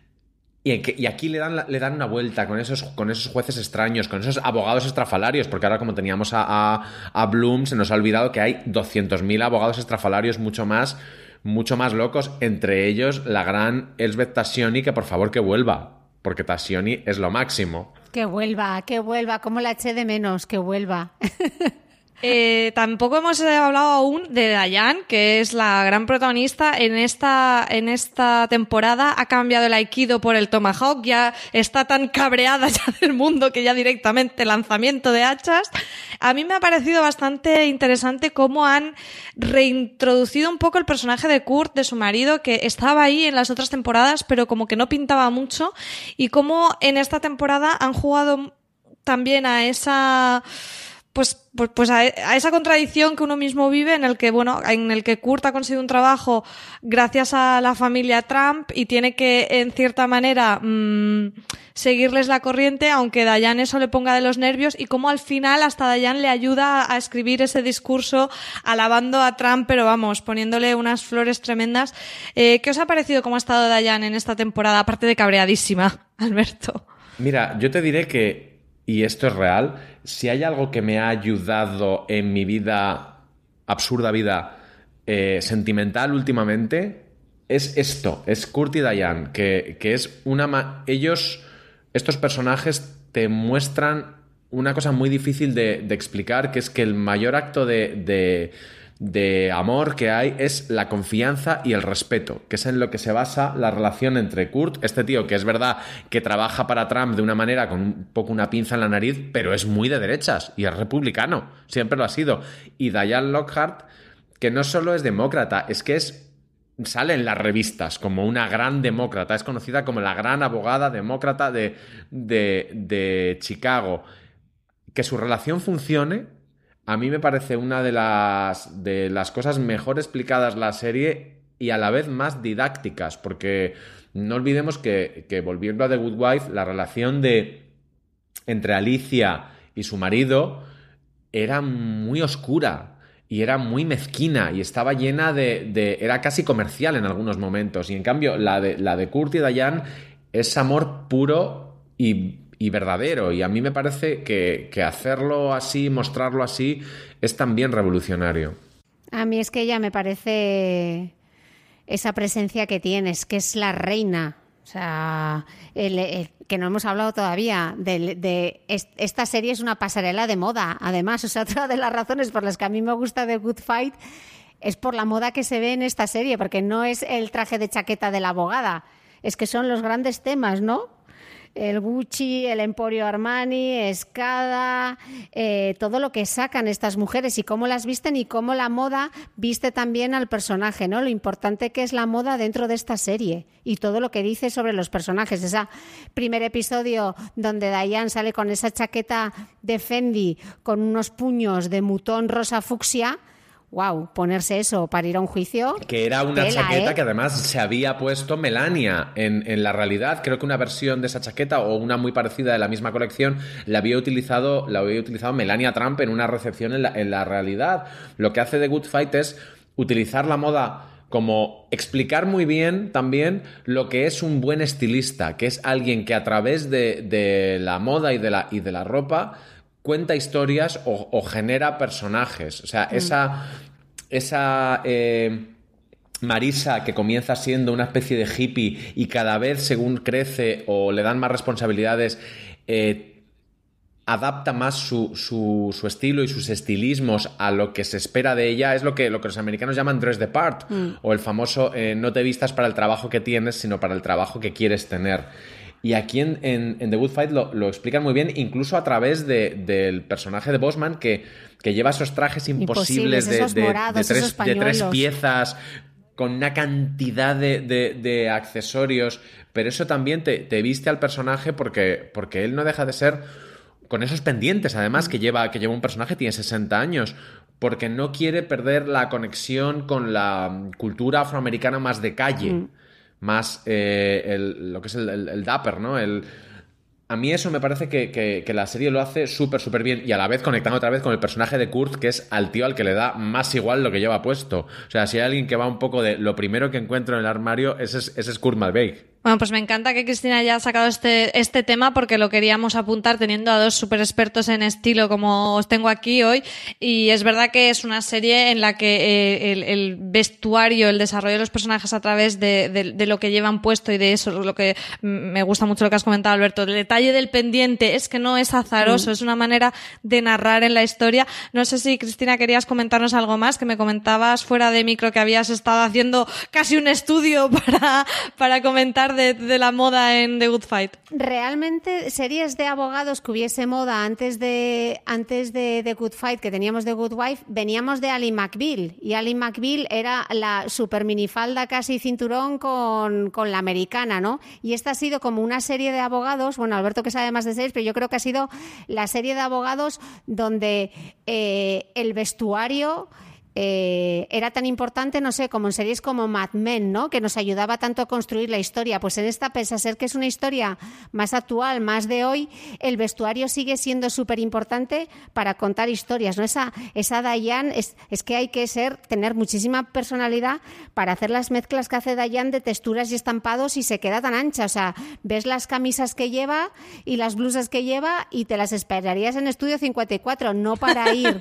[SPEAKER 4] Y aquí le dan, le dan una vuelta con esos, con esos jueces extraños, con esos abogados estrafalarios, porque ahora como teníamos a, a, a Bloom, se nos ha olvidado que hay doscientos mil abogados estrafalarios mucho más, mucho más locos, entre ellos la gran Elsbeth Tascioni, que por favor que vuelva, porque Tascioni es lo máximo.
[SPEAKER 3] Que vuelva, que vuelva, cómo la eché de menos, que vuelva.
[SPEAKER 2] Eh, tampoco hemos hablado aún de Diane, que es la gran protagonista. En esta, en esta temporada ha cambiado el Aikido por el Tomahawk, ya está tan cabreada ya del mundo que ya directamente lanzamiento de hachas. A mí me ha parecido bastante interesante cómo han reintroducido un poco el personaje de Kurt, de su marido, que estaba ahí en las otras temporadas, pero como que no pintaba mucho, y cómo en esta temporada han jugado también a esa... Pues, pues, pues a, a esa contradicción que uno mismo vive, en el que, bueno, en el que Kurt ha conseguido un trabajo gracias a la familia Trump y tiene que, en cierta manera, mmm, seguirles la corriente, aunque Diane eso le ponga de los nervios, y cómo al final hasta Diane le ayuda a escribir ese discurso alabando a Trump, pero vamos, poniéndole unas flores tremendas. Eh, ¿qué os ha parecido cómo ha estado Diane en esta temporada, aparte de cabreadísima, Alberto?
[SPEAKER 4] Mira, yo te diré que, y esto es real, si hay algo que me ha ayudado en mi vida, absurda vida, eh, sentimental últimamente, es esto, es Kurt y Diane, que, que es una... Ma- ellos, estos personajes te muestran una cosa muy difícil de, de explicar, que es que el mayor acto de, de, de amor que hay es la confianza y el respeto, que es en lo que se basa la relación entre Kurt, este tío que es verdad que trabaja para Trump de una manera con un poco una pinza en la nariz, pero es muy de derechas y es republicano, siempre lo ha sido, y Diane Lockhart, que no solo es demócrata, es que es sale en las revistas como una gran demócrata, es conocida como la gran abogada demócrata de, de, de Chicago. Que su relación funcione, a mí me parece una de las, de las cosas mejor explicadas la serie y a la vez más didácticas, porque no olvidemos que, que volviendo a The Good Wife, la relación de entre Alicia y su marido era muy oscura y era muy mezquina y estaba llena de, de... era casi comercial en algunos momentos, y en cambio la de, la de Kurt y Diane es amor puro y... y verdadero, y a mí me parece que, que hacerlo así, mostrarlo así, es también revolucionario.
[SPEAKER 3] A mí es que ella me parece esa presencia que tienes, que es la reina. O sea, el, el, que no hemos hablado todavía de, de es, esta serie es una pasarela de moda, además. O sea, otra de las razones por las que a mí me gusta The Good Fight es por la moda que se ve en esta serie, porque no es el traje de chaqueta de la abogada, es que son los grandes temas, ¿no? El Gucci, el Emporio Armani, Escada, eh, todo lo que sacan estas mujeres y cómo las visten y cómo la moda viste también al personaje, ¿no? Lo importante que es la moda dentro de esta serie y todo lo que dice sobre los personajes. Ese primer episodio donde Diane sale con esa chaqueta de Fendi con unos puños de mutón rosa fucsia. Wow, ponerse eso para ir a un juicio.
[SPEAKER 4] Que era una
[SPEAKER 3] tela,
[SPEAKER 4] chaqueta
[SPEAKER 3] ¿eh?
[SPEAKER 4] que además se había puesto Melania en, en la realidad. Creo que una versión de esa chaqueta o una muy parecida de la misma colección la había utilizado, la había utilizado Melania Trump en una recepción en la, en la realidad. Lo que hace The Good Fight es utilizar la moda como explicar muy bien también lo que es un buen estilista, que es alguien que a través de, de la moda y de la, y de la ropa cuenta historias o, o genera personajes. O sea, mm. esa, esa eh, Marisa que comienza siendo una especie de hippie y cada vez según crece o le dan más responsabilidades, eh, adapta más su, su, su estilo y sus estilismos a lo que se espera de ella. Es lo que, lo que los americanos llaman dress the part, mm. o el famoso eh, no te vistas para el trabajo que tienes, sino para el trabajo que quieres tener. Y aquí en, en, en The Good Fight lo, lo explican muy bien, incluso a través de, del personaje de Boseman, que, que lleva esos trajes imposibles, imposibles de, de, morados, de, tres, de tres piezas, con una cantidad de, de, de accesorios, pero eso también te, te viste al personaje porque, porque él no deja de ser, con esos pendientes además que lleva, que lleva un personaje, tiene sesenta años, porque no quiere perder la conexión con la cultura afroamericana más de calle. Mm. Más eh, el, lo que es el, el, el dapper, ¿no? El, a mí eso me parece que, que, que la serie lo hace súper, súper bien y a la vez conectando otra vez con el personaje de Kurt, que es al tío al que le da más igual lo que lleva puesto. O sea, si hay alguien que va un poco de lo primero que encuentro en el armario, ese es, ese es Kurt Malveig.
[SPEAKER 2] Bueno, pues me encanta que Cristina haya sacado este, este tema porque lo queríamos apuntar teniendo a dos súper expertos en estilo como os tengo aquí hoy, y es verdad que es una serie en la que eh, el, el vestuario, el desarrollo de los personajes a través de, de, de lo que llevan puesto y de eso, lo que me gusta mucho lo que has comentado, Alberto, el detalle del pendiente es que no es azaroso, mm. es una manera de narrar en la historia. No sé si, Cristina, querías comentarnos algo más, que me comentabas fuera de micro que habías estado haciendo casi un estudio para, para comentar De, de la moda en The Good Fight.
[SPEAKER 3] Realmente series de abogados que hubiese moda antes de antes de The Good Fight, que teníamos The Good Wife, veníamos de Ally McBeal, y Ally McBeal era la super minifalda casi cinturón con, con la americana, ¿no? Y esta ha sido como una serie de abogados, bueno, Alberto que sabe más de series, pero yo creo que ha sido la serie de abogados donde eh, el vestuario Eh, era tan importante, no sé, como en series como Mad Men, ¿no? Que nos ayudaba tanto a construir la historia. Pues en esta, pese a ser que es una historia más actual, más de hoy, el vestuario sigue siendo súper importante para contar historias, ¿no? Esa, esa Diane, es, es que hay que ser, tener muchísima personalidad para hacer las mezclas que hace Diane de texturas y estampados y se queda tan ancha. O sea, ves las camisas que lleva y las blusas que lleva y te las esperarías en Estudio cincuenta y cuatro, no para ir...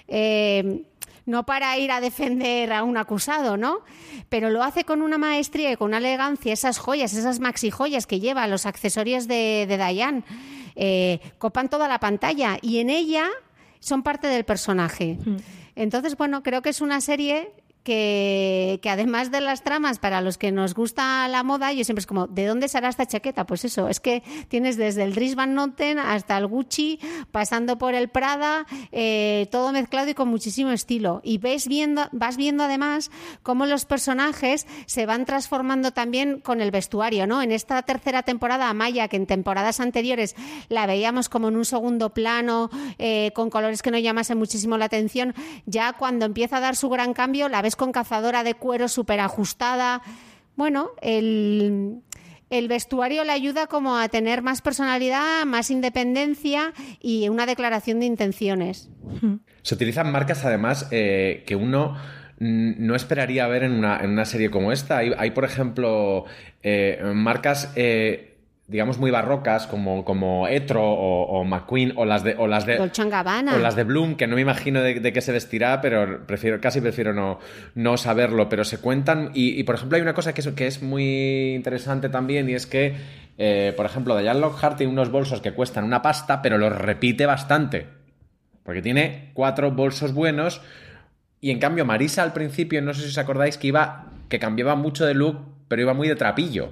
[SPEAKER 3] Eh, no para ir a defender a un acusado, ¿no? Pero lo hace con una maestría y con una elegancia, esas joyas, esas maxi joyas que lleva, los accesorios de, de Diane, eh, copan toda la pantalla y en ella son parte del personaje. Mm. Entonces, bueno, creo que es una serie que, que además de las tramas, para los que nos gusta la moda, yo siempre es como, ¿de dónde será esta chaqueta? Pues eso, es que tienes desde el Dries Van Noten hasta el Gucci, pasando por el Prada, eh, todo mezclado y con muchísimo estilo. Y ves viendo, vas viendo además cómo los personajes se van transformando también con el vestuario, ¿no? En esta tercera temporada, Amaya, que en temporadas anteriores la veíamos como en un segundo plano, eh, con colores que no llamasen muchísimo la atención, ya cuando empieza a dar su gran cambio, la ves con cazadora de cuero súper ajustada. Bueno, el, el vestuario le ayuda como a tener más personalidad, más independencia y una declaración de intenciones.
[SPEAKER 4] Se utilizan marcas, además, eh, que uno no esperaría ver en una, en una serie como esta. Hay, hay por ejemplo, eh, marcas... Eh, digamos muy barrocas como, como Etro o, o McQueen o las de o las de
[SPEAKER 3] Dolce and Gabbana.
[SPEAKER 4] O las de Bloom, que no me imagino de, de qué se vestirá, pero prefiero casi prefiero no, no saberlo, pero se cuentan y, y por ejemplo hay una cosa que es, que es muy interesante también, y es que eh, por ejemplo Diane Lockhart tiene unos bolsos que cuestan una pasta, pero los repite bastante porque tiene cuatro bolsos buenos. Y en cambio Marisa al principio, no sé si os acordáis, que iba que cambiaba mucho de look, pero iba muy de trapillo.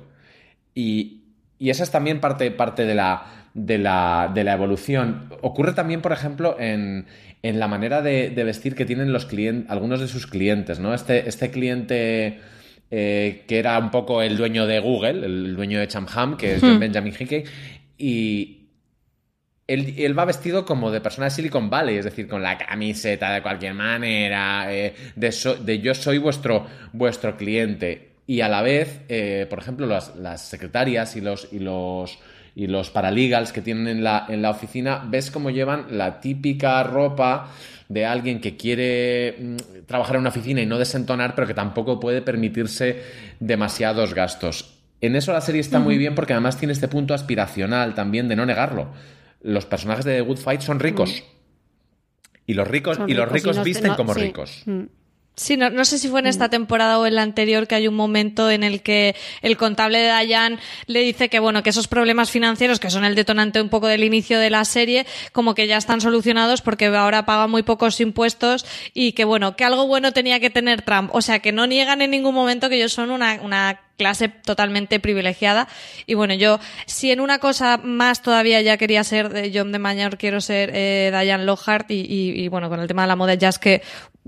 [SPEAKER 4] Y Y esa es también parte, parte de, la, de, la, de la evolución. Ocurre también, por ejemplo, en, en la manera de, de vestir que tienen los clientes, algunos de sus clientes, ¿no? Este, este cliente eh, que era un poco el dueño de Google, el dueño de Chamham, que es John Benjamin Hickey, y él, él va vestido como de persona de Silicon Valley, es decir, con la camiseta de cualquier manera, eh, de, so, de yo soy vuestro, vuestro cliente. Y a la vez, eh, por ejemplo, las, las secretarias y los, y los, y los paralegals que tienen en la, en la oficina, ves cómo llevan la típica ropa de alguien que quiere mm, trabajar en una oficina y no desentonar, pero que tampoco puede permitirse demasiados gastos. En eso la serie está uh-huh. muy bien, porque además tiene este punto aspiracional también de no negarlo. Los personajes de The Good Fight son ricos. Uh-huh. Y los ricos, y los ricos, y los, visten no, como sí. ricos.
[SPEAKER 3] Uh-huh.
[SPEAKER 2] Sí, no, no sé si fue en esta temporada o en la anterior que hay un momento en el que el contable de Diane le dice que bueno, que esos problemas financieros, que son el detonante un poco del inicio de la serie, como que ya están solucionados porque ahora paga muy pocos impuestos y que bueno, que algo bueno tenía que tener Trump. O sea, que no niegan en ningún momento que ellos son una, una clase totalmente privilegiada. Y bueno, yo, si en una cosa más todavía ya quería ser de John de Mayor, quiero ser eh, Diane Lockhart y, y, y bueno, con el tema de la moda ya es que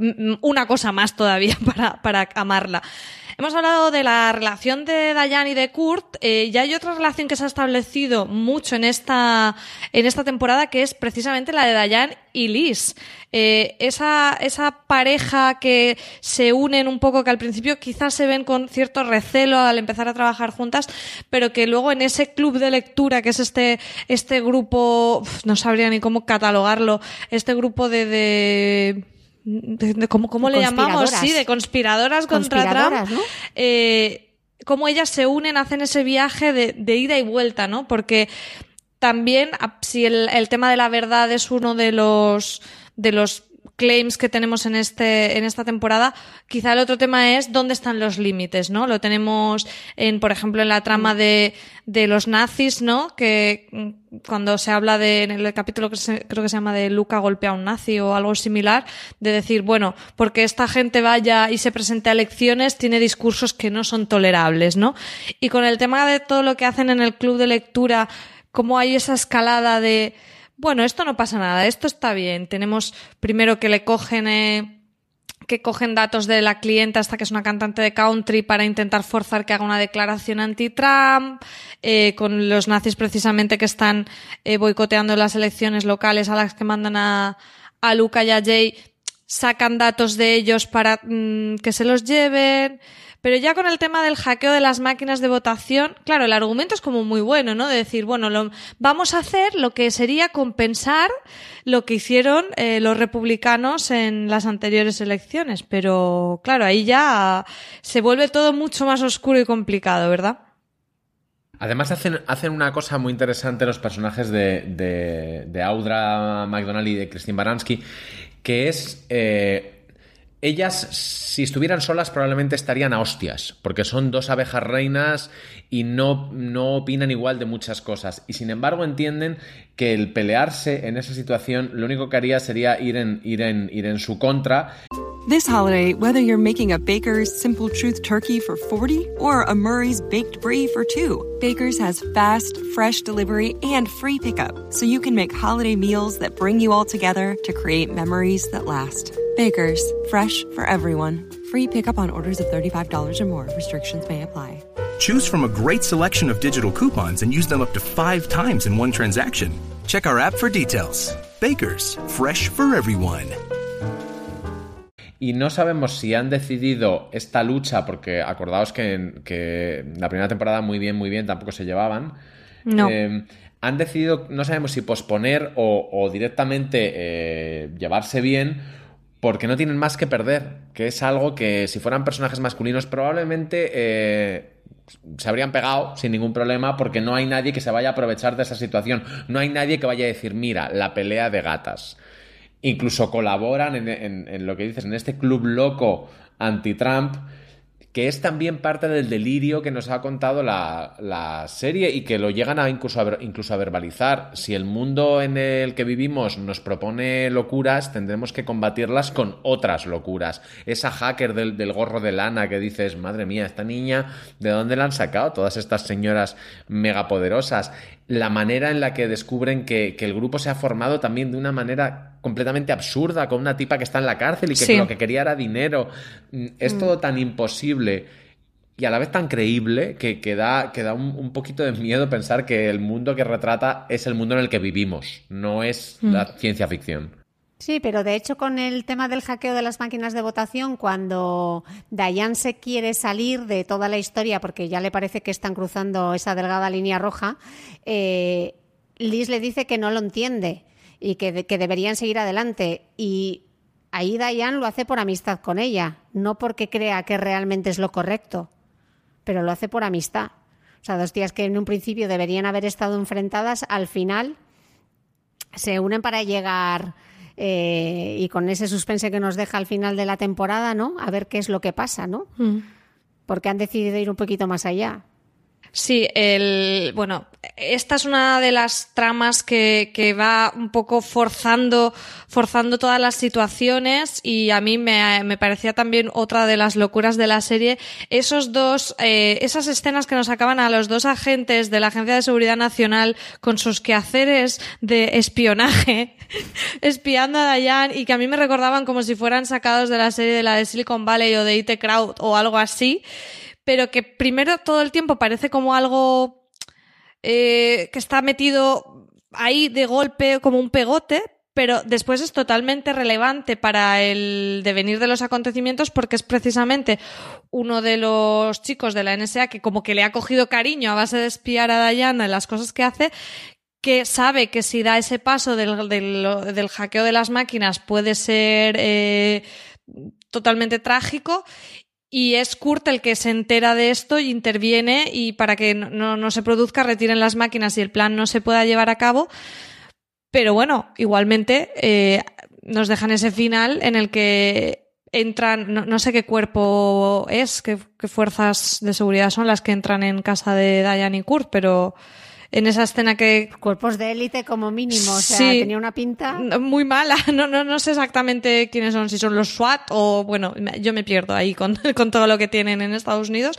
[SPEAKER 2] una cosa más todavía para, para amarla. Hemos hablado de la relación de Diane y de Kurt, eh, y hay otra relación que se ha establecido mucho en esta, en esta temporada, que es precisamente la de Diane y Liz. Eh, esa, esa pareja que se unen un poco, que al principio quizás se ven con cierto recelo al empezar a trabajar juntas, pero que luego en ese club de lectura, que es este, este grupo, uf, no sabría ni cómo catalogarlo, este grupo de, de De, de, ¿Cómo, cómo le llamamos? Sí, de conspiradoras contra Trump. ¿No? Eh, cómo ellas se unen, hacen ese viaje de, de ida y vuelta, ¿no? Porque también, si el, el tema de la verdad es uno de los, de los claims que tenemos en este, en esta temporada, quizá el otro tema es dónde están los límites, ¿no? Lo tenemos en, por ejemplo, en la trama de, de los nazis, ¿no? Que cuando se habla de, en el capítulo que se, creo que se llama de Luca golpea a un nazi o algo similar, de decir, bueno, porque esta gente vaya y se presente a elecciones, tiene discursos que no son tolerables, ¿no? Y con el tema de todo lo que hacen en el club de lectura, cómo hay esa escalada de, bueno, esto no pasa nada, esto está bien. Tenemos primero que le cogen, eh, que cogen datos de la clienta, esta que es una cantante de country, para intentar forzar que haga una declaración anti-Trump, eh, con los nazis precisamente que están eh, boicoteando las elecciones locales a las que mandan a, a Luca y a Jay, sacan datos de ellos para mmm, que se los lleven. Pero ya con el tema del hackeo de las máquinas de votación, claro, el argumento es como muy bueno, ¿no? De decir, bueno, lo, vamos a hacer lo que sería compensar lo que hicieron eh, los republicanos en las anteriores elecciones. Pero, claro, ahí ya se vuelve todo mucho más oscuro y complicado, ¿verdad?
[SPEAKER 4] Además hacen, hacen una cosa muy interesante los personajes de, de, de Audra McDonald y de Christine Baranski, que es... Eh, Ellas, si estuvieran solas, probablemente estarían a hostias, porque son dos abejas reinas y no, no opinan igual de muchas cosas. Y sin embargo entienden que el pelearse en esa situación lo único que haría sería ir en, ir en, ir en su contra.
[SPEAKER 5] This holiday, whether you're making a Baker's Simple Truth turkey for forty or a Murray's Baked Brie for two, Baker's has fast, fresh delivery and free pickup, so you can make holiday meals that bring you all together to create memories that last. Baker's, fresh for everyone. Free pickup on orders of thirty-five dollars or more. Restrictions may apply.
[SPEAKER 6] Choose from a great selection of digital coupons and use them up to five times in one transaction. Check our app for details. Baker's, fresh for everyone.
[SPEAKER 4] Y no sabemos si han decidido esta lucha, porque acordaos que en, que en la primera temporada muy bien, muy bien, tampoco se llevaban.
[SPEAKER 2] No.
[SPEAKER 4] Eh, han decidido, no sabemos si posponer o, o directamente eh, llevarse bien, porque no tienen más que perder, que es algo que si fueran personajes masculinos probablemente eh, se habrían pegado sin ningún problema, porque no hay nadie que se vaya a aprovechar de esa situación. No hay nadie que vaya a decir, mira, la pelea de gatas. Incluso colaboran en, en, en lo que dices, en este club loco anti-Trump, que es también parte del delirio que nos ha contado la, la serie y que lo llegan a incluso, a incluso a verbalizar. Si el mundo en el que vivimos nos propone locuras, tendremos que combatirlas con otras locuras. Esa hacker del, del gorro de lana que dices, madre mía, esta niña, ¿de dónde la han sacado todas estas señoras megapoderosas? La manera en la que descubren que, que el grupo se ha formado también de una manera completamente absurda, con una tipa que está en la cárcel y que
[SPEAKER 2] sí.
[SPEAKER 4] lo que quería era dinero. Es mm. todo tan imposible y a la vez tan creíble que, que da, que da un, un poquito de miedo pensar que el mundo que retrata es el mundo en el que vivimos, no es mm. la ciencia ficción.
[SPEAKER 3] Sí, pero de hecho con el tema del hackeo de las máquinas de votación, cuando Diane se quiere salir de toda la historia porque ya le parece que están cruzando esa delgada línea roja, eh, Liz le dice que no lo entiende y que, de, que deberían seguir adelante. Y ahí Diane lo hace por amistad con ella, no porque crea que realmente es lo correcto, pero lo hace por amistad. O sea, dos tías que en un principio deberían haber estado enfrentadas, al final se unen para llegar... Eh, y con ese suspense que nos deja al final de la temporada, ¿no? A ver qué es lo que pasa, ¿no? Mm. Porque han decidido ir un poquito más allá.
[SPEAKER 2] Sí, el, bueno, esta es una de las tramas que, que va un poco forzando, forzando todas las situaciones, y a mí me, me parecía también otra de las locuras de la serie, esos dos, eh, esas escenas que nos acaban a los dos agentes de la Agencia de Seguridad Nacional con sus quehaceres de espionaje, espiando a Diane, y que a mí me recordaban como si fueran sacados de la serie de la de Silicon Valley o de I T Crowd o algo así. Pero que primero todo el tiempo parece como algo eh, que está metido ahí de golpe como un pegote, pero después es totalmente relevante para el devenir de los acontecimientos, porque es precisamente uno de los chicos de la N S A que como que le ha cogido cariño a base de espiar a Diana en las cosas que hace, que sabe que si da ese paso del, del, del hackeo de las máquinas puede ser eh, totalmente trágico. Y es Kurt el que se entera de esto y interviene, y para que no, no, no se produzca, retiren las máquinas y el plan no se pueda llevar a cabo. Pero bueno, igualmente eh, nos dejan ese final en el que entran, no, no sé qué cuerpo es, qué, qué fuerzas de seguridad son las que entran en casa de Diane y Kurt, pero... En esa escena que...
[SPEAKER 3] Cuerpos de élite como mínimo, o sea,
[SPEAKER 2] sí,
[SPEAKER 3] tenía una pinta...
[SPEAKER 2] muy mala, no, no, no sé exactamente quiénes son, si son los SWAT o... Bueno, yo me pierdo ahí con, con todo lo que tienen en Estados Unidos,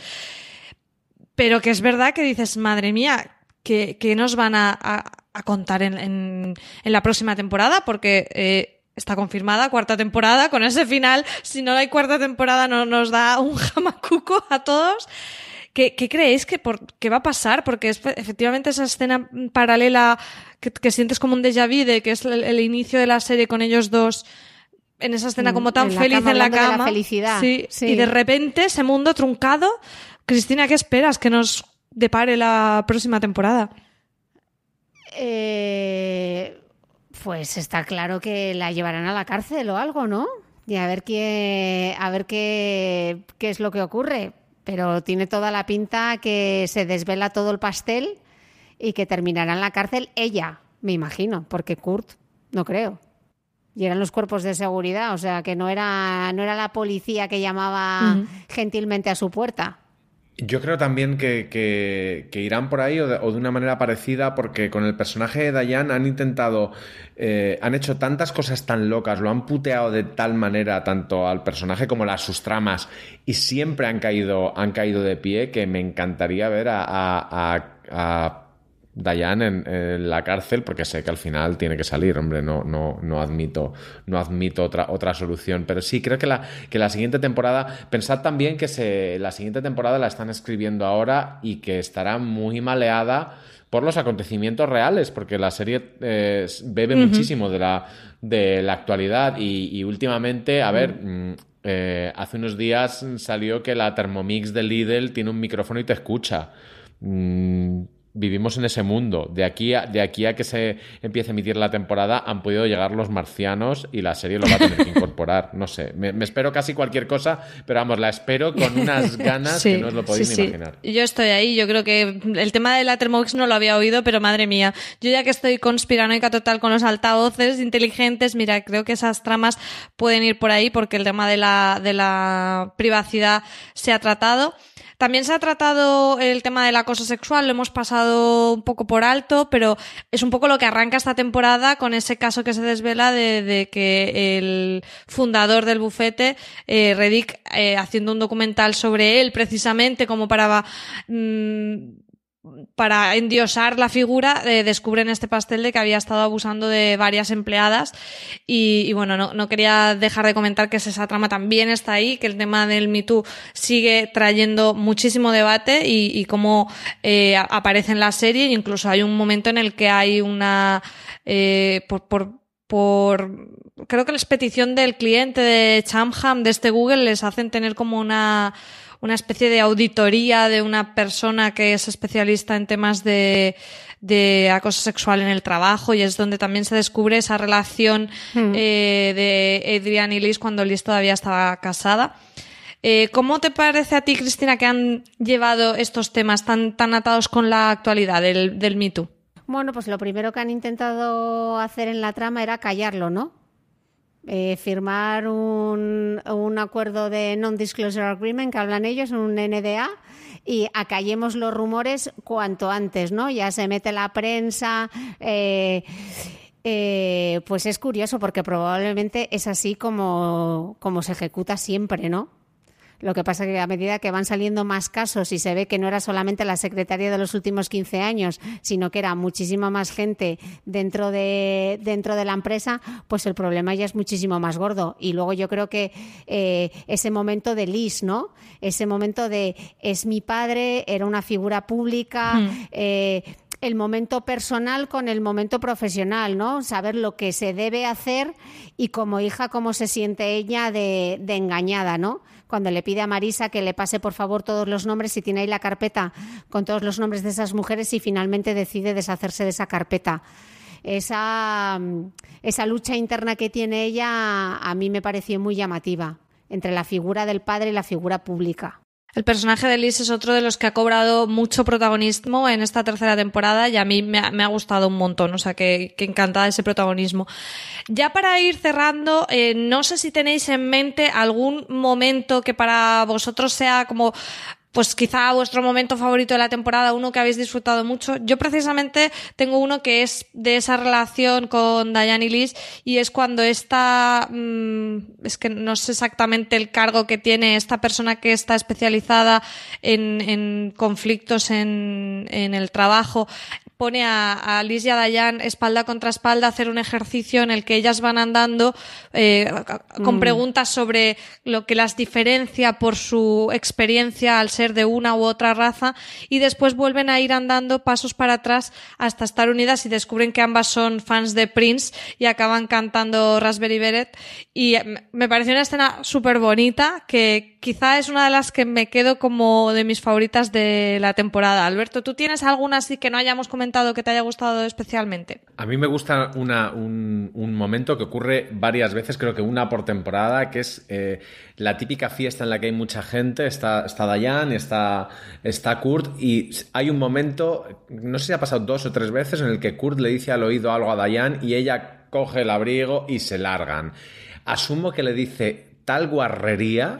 [SPEAKER 2] pero que es verdad que dices, madre mía, ¿qué, qué nos van a, a, a contar en, en, en la próxima temporada? Porque... Eh, está confirmada cuarta temporada, con ese final, si no hay cuarta temporada no nos da un jamacuco a todos... ¿Qué, ¿Qué creéis que, por, que va a pasar? Porque es, efectivamente esa escena paralela que, que sientes como un déjà vu de que es el, el inicio de la serie con ellos dos en esa escena como tan
[SPEAKER 3] en
[SPEAKER 2] feliz
[SPEAKER 3] cama,
[SPEAKER 2] en la cama.
[SPEAKER 3] De la felicidad.
[SPEAKER 2] Sí,
[SPEAKER 3] sí.
[SPEAKER 2] Y de repente ese mundo truncado. Cristina, ¿qué esperas que nos depare la próxima temporada?
[SPEAKER 3] Eh, pues está claro que la llevarán a la cárcel o algo, ¿no? Y a ver qué, a ver qué, qué es lo que ocurre. Pero tiene toda la pinta que se desvela todo el pastel y que terminará en la cárcel ella, me imagino, porque Kurt no creo. Y eran los cuerpos de seguridad, o sea, que no era, no era la policía que llamaba uh-huh. gentilmente a su puerta.
[SPEAKER 4] Yo creo también que, que, que irán por ahí o de, o de una manera parecida, porque con el personaje de Diane han intentado, eh, han hecho tantas cosas tan locas, lo han puteado de tal manera tanto al personaje como a sus tramas, y siempre han caído, han caído de pie, que me encantaría ver a, a, a, a Diane en, en la cárcel, porque sé que al final tiene que salir, hombre, no, no, no admito, no admito otra, otra solución, pero sí, creo que la, que la siguiente temporada, pensad también que se, la siguiente temporada la están escribiendo ahora y que estará muy maleada por los acontecimientos reales, porque la serie eh, bebe uh-huh. muchísimo de la, de la actualidad y, y últimamente, a ver, uh-huh. eh, hace unos días salió que la Thermomix de Lidl tiene un micrófono y te escucha. Mm, Vivimos en ese mundo. De aquí, a, de aquí a que se empiece a emitir la temporada han podido llegar los marcianos y la serie lo va a tener que incorporar. No sé, me, me espero casi cualquier cosa, pero vamos, la espero con unas ganas sí, que no os lo podéis
[SPEAKER 2] sí,
[SPEAKER 4] ni
[SPEAKER 2] sí.
[SPEAKER 4] imaginar.
[SPEAKER 2] Yo estoy ahí, yo creo que el tema de la Thermomix no lo había oído, pero madre mía, yo ya que estoy conspiranoica total con los altavoces inteligentes, mira, creo que esas tramas pueden ir por ahí porque el tema de la, de la privacidad se ha tratado. También se ha tratado el tema del acoso sexual, lo hemos pasado un poco por alto, pero es un poco lo que arranca esta temporada con ese caso que se desvela de, de que el fundador del bufete, eh, Reddick, eh, haciendo un documental sobre él precisamente como para... Mmm, para endiosar la figura, eh, descubren este pastel de que había estado abusando de varias empleadas y, y bueno, no, no quería dejar de comentar que esa trama también está ahí, que el tema del Me Too sigue trayendo muchísimo debate y, y cómo eh, aparece en la serie, e incluso hay un momento en el que hay una eh, por, por por creo que la petición del cliente de Chatham de este Google les hacen tener como una una especie de auditoría de una persona que es especialista en temas de, de acoso sexual en el trabajo, y es donde también se descubre esa relación mm. eh, de Adrian y Liz cuando Liz todavía estaba casada. Eh, ¿Cómo te parece a ti, Cristina, que han llevado estos temas tan, tan atados con la actualidad del, del Me Too?
[SPEAKER 3] Bueno, pues lo primero que han intentado hacer en la trama era callarlo, ¿no? Eh, firmar un, un acuerdo de Non-Disclosure Agreement, que hablan ellos, un N D A, y acallemos los rumores cuanto antes, ¿no? Ya se mete la prensa... Eh, eh, pues es curioso porque probablemente es así como, como se ejecuta siempre, ¿no? Lo que pasa es que a medida que van saliendo más casos y se ve que no era solamente la secretaria de los últimos quince años, sino que era muchísima más gente dentro de, dentro de la empresa, pues el problema ya es muchísimo más gordo. Y luego yo creo que eh, ese momento de Liz, ¿no? Ese momento de es mi padre, era una figura pública, mm. eh, el momento personal con el momento profesional, ¿no? Saber lo que se debe hacer y como hija cómo se siente ella de, de engañada, ¿no? Cuando le pide a Marisa que le pase por favor todos los nombres y tiene ahí la carpeta con todos los nombres de esas mujeres y finalmente decide deshacerse de esa carpeta. Esa, esa lucha interna que tiene ella a mí me pareció muy llamativa entre la figura del padre y la figura pública.
[SPEAKER 2] El personaje de Liz es otro de los que ha cobrado mucho protagonismo en esta tercera temporada y a mí me ha, me ha gustado un montón, o sea que, que encantada ese protagonismo. Ya para ir cerrando, eh, no sé si tenéis en mente algún momento que para vosotros sea como... pues quizá vuestro momento favorito de la temporada, uno que habéis disfrutado mucho. Yo precisamente tengo uno que es de esa relación con Diane y Liz, y es cuando esta, mmm, es que no sé exactamente el cargo que tiene esta persona que está especializada en, en conflictos en, en el trabajo, pone a, a Liz y a Diane espalda contra espalda a hacer un ejercicio en el que ellas van andando eh, con mm. preguntas sobre lo que las diferencia por su experiencia al ser de una u otra raza, y después vuelven a ir andando pasos para atrás hasta estar unidas y descubren que ambas son fans de Prince y acaban cantando Raspberry Beret, y me pareció una escena súper bonita que quizá es una de las que me quedo como de mis favoritas de la temporada. Alberto, ¿tú tienes alguna así que no hayamos comentado que te haya gustado especialmente?
[SPEAKER 4] A mí me gusta una, un, un momento que ocurre varias veces, creo que una por temporada, que es eh, la típica fiesta en la que hay mucha gente. Está, está Diane, está, está Kurt, y hay un momento, no sé si ha pasado dos o tres veces, en el que Kurt le dice al oído algo a Diane y ella coge el abrigo y se largan. Asumo que le dice tal guarrería.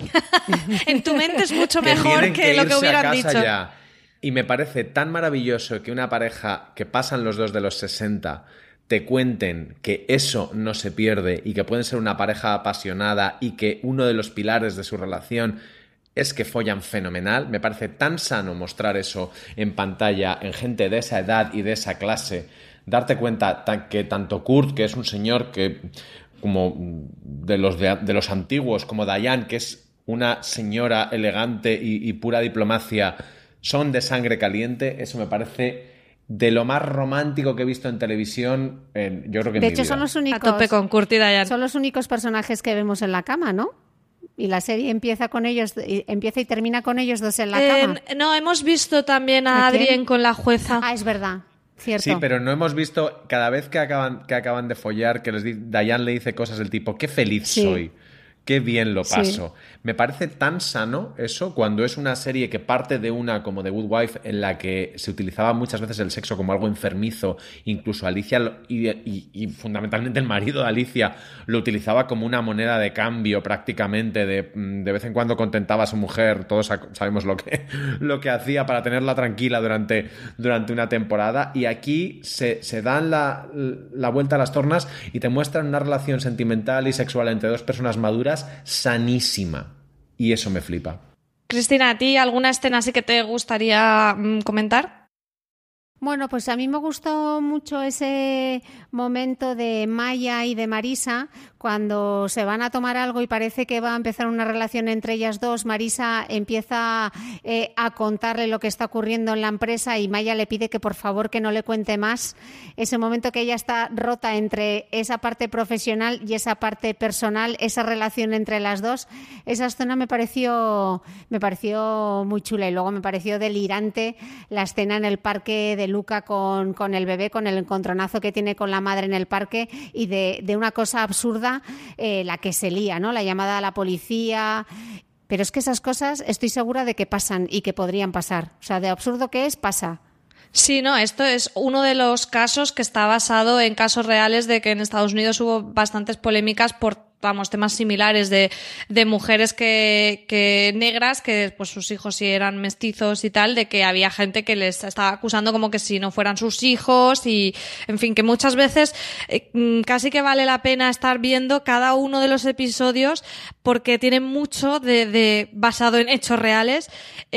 [SPEAKER 2] En tu mente es mucho mejor que, que lo que hubieran dicho. Ya.
[SPEAKER 4] Y me parece tan maravilloso que una pareja que pasan los dos de los sesenta te cuenten que eso no se pierde y que pueden ser una pareja apasionada y que uno de los pilares de su relación es que follan fenomenal. Me parece tan sano mostrar eso en pantalla en gente de esa edad y de esa clase. Darte cuenta que tanto Kurt, que es un señor que como de los, de, de los antiguos, como Diane, que es una señora elegante y, y pura diplomacia, son de sangre caliente. Eso me parece de lo más romántico que he visto en televisión, en, yo creo que en
[SPEAKER 3] de
[SPEAKER 4] mi
[SPEAKER 3] hecho,
[SPEAKER 4] vida.
[SPEAKER 3] Son los únicos,
[SPEAKER 2] a tope con Kurt y Diane.
[SPEAKER 3] Son los únicos personajes que vemos en la cama, ¿no? Y la serie empieza con ellos, empieza y termina con ellos dos en la
[SPEAKER 2] eh,
[SPEAKER 3] cama.
[SPEAKER 2] No, hemos visto también a, ¿a Adrien con la jueza.
[SPEAKER 3] Ah, es verdad. Cierto.
[SPEAKER 4] Sí, pero no hemos visto cada vez que acaban, que acaban de follar que les di, Diane le dice cosas del tipo qué feliz sí. soy, qué bien lo paso. Sí. Me parece tan sano eso cuando es una serie que parte de una como The Good Wife en la que se utilizaba muchas veces el sexo como algo enfermizo, incluso Alicia y, y, y fundamentalmente el marido de Alicia lo utilizaba como una moneda de cambio prácticamente, de, de vez en cuando contentaba a su mujer, todos sabemos lo que, lo que hacía para tenerla tranquila durante, durante una temporada, y aquí se, se dan la, la vuelta a las tornas y te muestran una relación sentimental y sexual entre dos personas maduras sanísima. Y eso me flipa.
[SPEAKER 2] Cristina, ¿a ti alguna escena así que te gustaría mm, comentar?
[SPEAKER 3] Bueno, pues a mí me gustó mucho ese momento de Maya y de Marisa cuando se van a tomar algo y parece que va a empezar una relación entre ellas dos. Marisa empieza eh, a contarle lo que está ocurriendo en la empresa y Maya le pide que por favor que no le cuente más. Ese momento que ella está rota entre esa parte profesional y esa parte personal, esa relación entre las dos, esa escena me pareció, me pareció muy chula, y luego me pareció delirante la escena en el parque de Luca con, con el bebé, con el encontronazo que tiene con la madre en el parque, y de, de una cosa absurda eh, la que se lía, ¿no? La llamada a la policía. Pero es que esas cosas estoy segura de que pasan y que podrían pasar. O sea, de absurdo que es, pasa.
[SPEAKER 2] Sí, no, esto es uno de los casos que está basado en casos reales de que en Estados Unidos hubo bastantes polémicas por vamos, temas similares de, de mujeres que, que negras, que pues sus hijos sí eran mestizos y tal, de que había gente que les estaba acusando como que si no fueran sus hijos, y en fin, que muchas veces eh, casi que vale la pena estar viendo cada uno de los episodios porque tienen mucho de, de basado en hechos reales.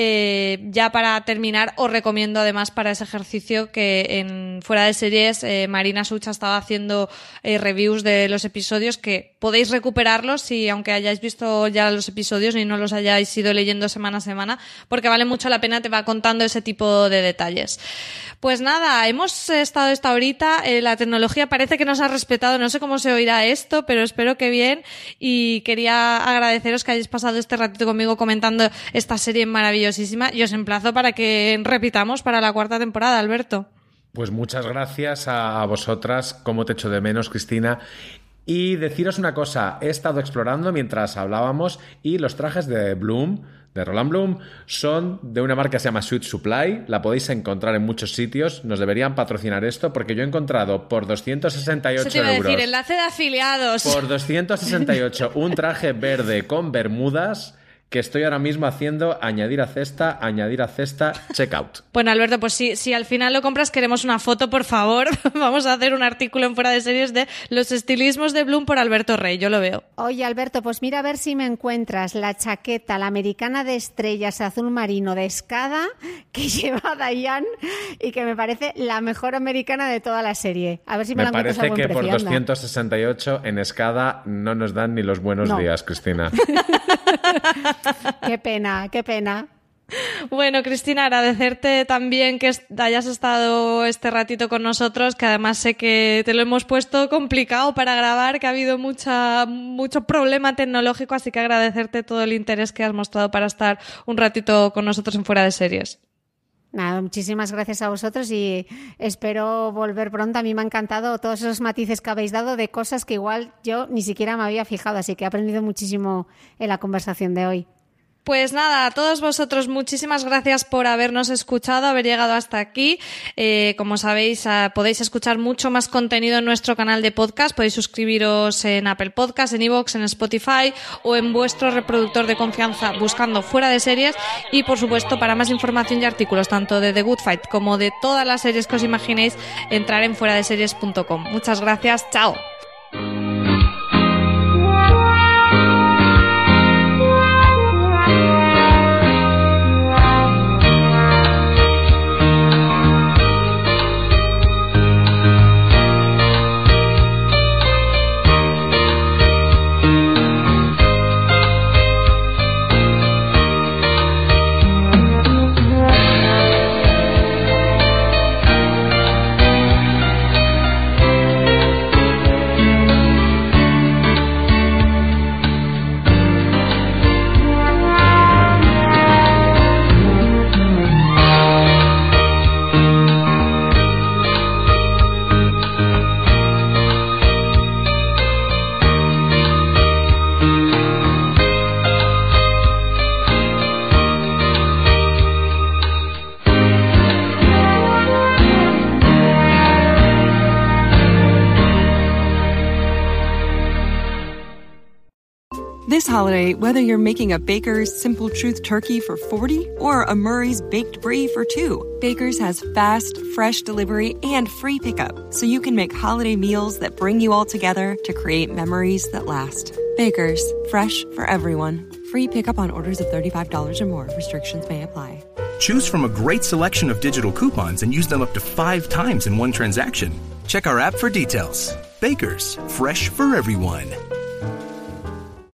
[SPEAKER 2] Eh, ya para terminar, os recomiendo además para ese ejercicio que en Fuera de Series eh, Marina Sucha estaba haciendo eh, reviews de los episodios, que podéis recuperarlos si aunque hayáis visto ya los episodios y no los hayáis ido leyendo semana a semana, porque vale mucho la pena, te va contando ese tipo de detalles. Pues nada, hemos estado esta horita, eh, la tecnología parece que nos ha respetado, no sé cómo se oirá esto, pero espero que bien, y quería agradeceros que hayáis pasado este ratito conmigo comentando esta serie maravillosísima, y os emplazo para que repitamos para la cuarta temporada, Alberto.
[SPEAKER 4] Pues muchas gracias a vosotras, cómo te echo de menos, Cristina. Y deciros una cosa, he estado explorando mientras hablábamos y los trajes de Bloom, de Roland Bloom, son de una marca que se llama Sweet Supply, la podéis encontrar en muchos sitios, nos deberían patrocinar esto porque yo he encontrado por doscientos sesenta y ocho
[SPEAKER 2] euros. Eso te iba a decir, enlace de afiliados.
[SPEAKER 4] Por doscientos sesenta y ocho, un traje verde con bermudas que estoy ahora mismo haciendo añadir a cesta, añadir a cesta, checkout.
[SPEAKER 2] Bueno, Alberto, pues si, si al final lo compras, queremos una foto, por favor. Vamos a hacer un artículo en Fuera de Series de los estilismos de Bloom por Alberto Rey, yo lo veo.
[SPEAKER 3] Oye, Alberto, pues mira a ver si me encuentras la chaqueta, la americana de estrellas azul marino de Escada que lleva Diane y que me parece la mejor americana de toda la serie. A ver si me, me la encuentras a buen precio.
[SPEAKER 4] Me parece que por doscientos sesenta y ocho en Escada no nos dan ni los buenos no. días, Cristina.
[SPEAKER 3] Qué pena, qué pena.
[SPEAKER 2] Bueno, Cristina, agradecerte también que hayas estado este ratito con nosotros, que además sé que te lo hemos puesto complicado para grabar, que ha habido mucha, mucho problema tecnológico, así que agradecerte todo el interés que has mostrado para estar un ratito con nosotros en Fuera de Series.
[SPEAKER 3] Nada, muchísimas gracias a vosotros y espero volver pronto. A mí me ha encantado todos esos matices que habéis dado de cosas que igual yo ni siquiera me había fijado, así que he aprendido muchísimo en la conversación de hoy.
[SPEAKER 2] Pues nada, a todos vosotros muchísimas gracias por habernos escuchado, haber llegado hasta aquí. Eh, como sabéis, uh, podéis escuchar mucho más contenido en nuestro canal de podcast. Podéis suscribiros en Apple Podcasts, en iVoox, en Spotify o en vuestro reproductor de confianza buscando Fuera de Series. Y por supuesto, para más información y artículos tanto de The Good Fight como de todas las series que os imaginéis, entrar en fuera de series punto com. Muchas gracias, chao.
[SPEAKER 5] This holiday, whether you're making a Baker's Simple Truth turkey for forty or a Murray's Baked Brie for two, Baker's has fast, fresh delivery and free pickup, so you can make holiday meals that bring you all together to create memories that last. Baker's, fresh for everyone. Free pickup on orders of thirty-five dollars or more. Restrictions may apply.
[SPEAKER 6] Choose from a great selection of digital coupons and use them up to five times in one transaction. Check our app for details. Baker's, fresh for everyone.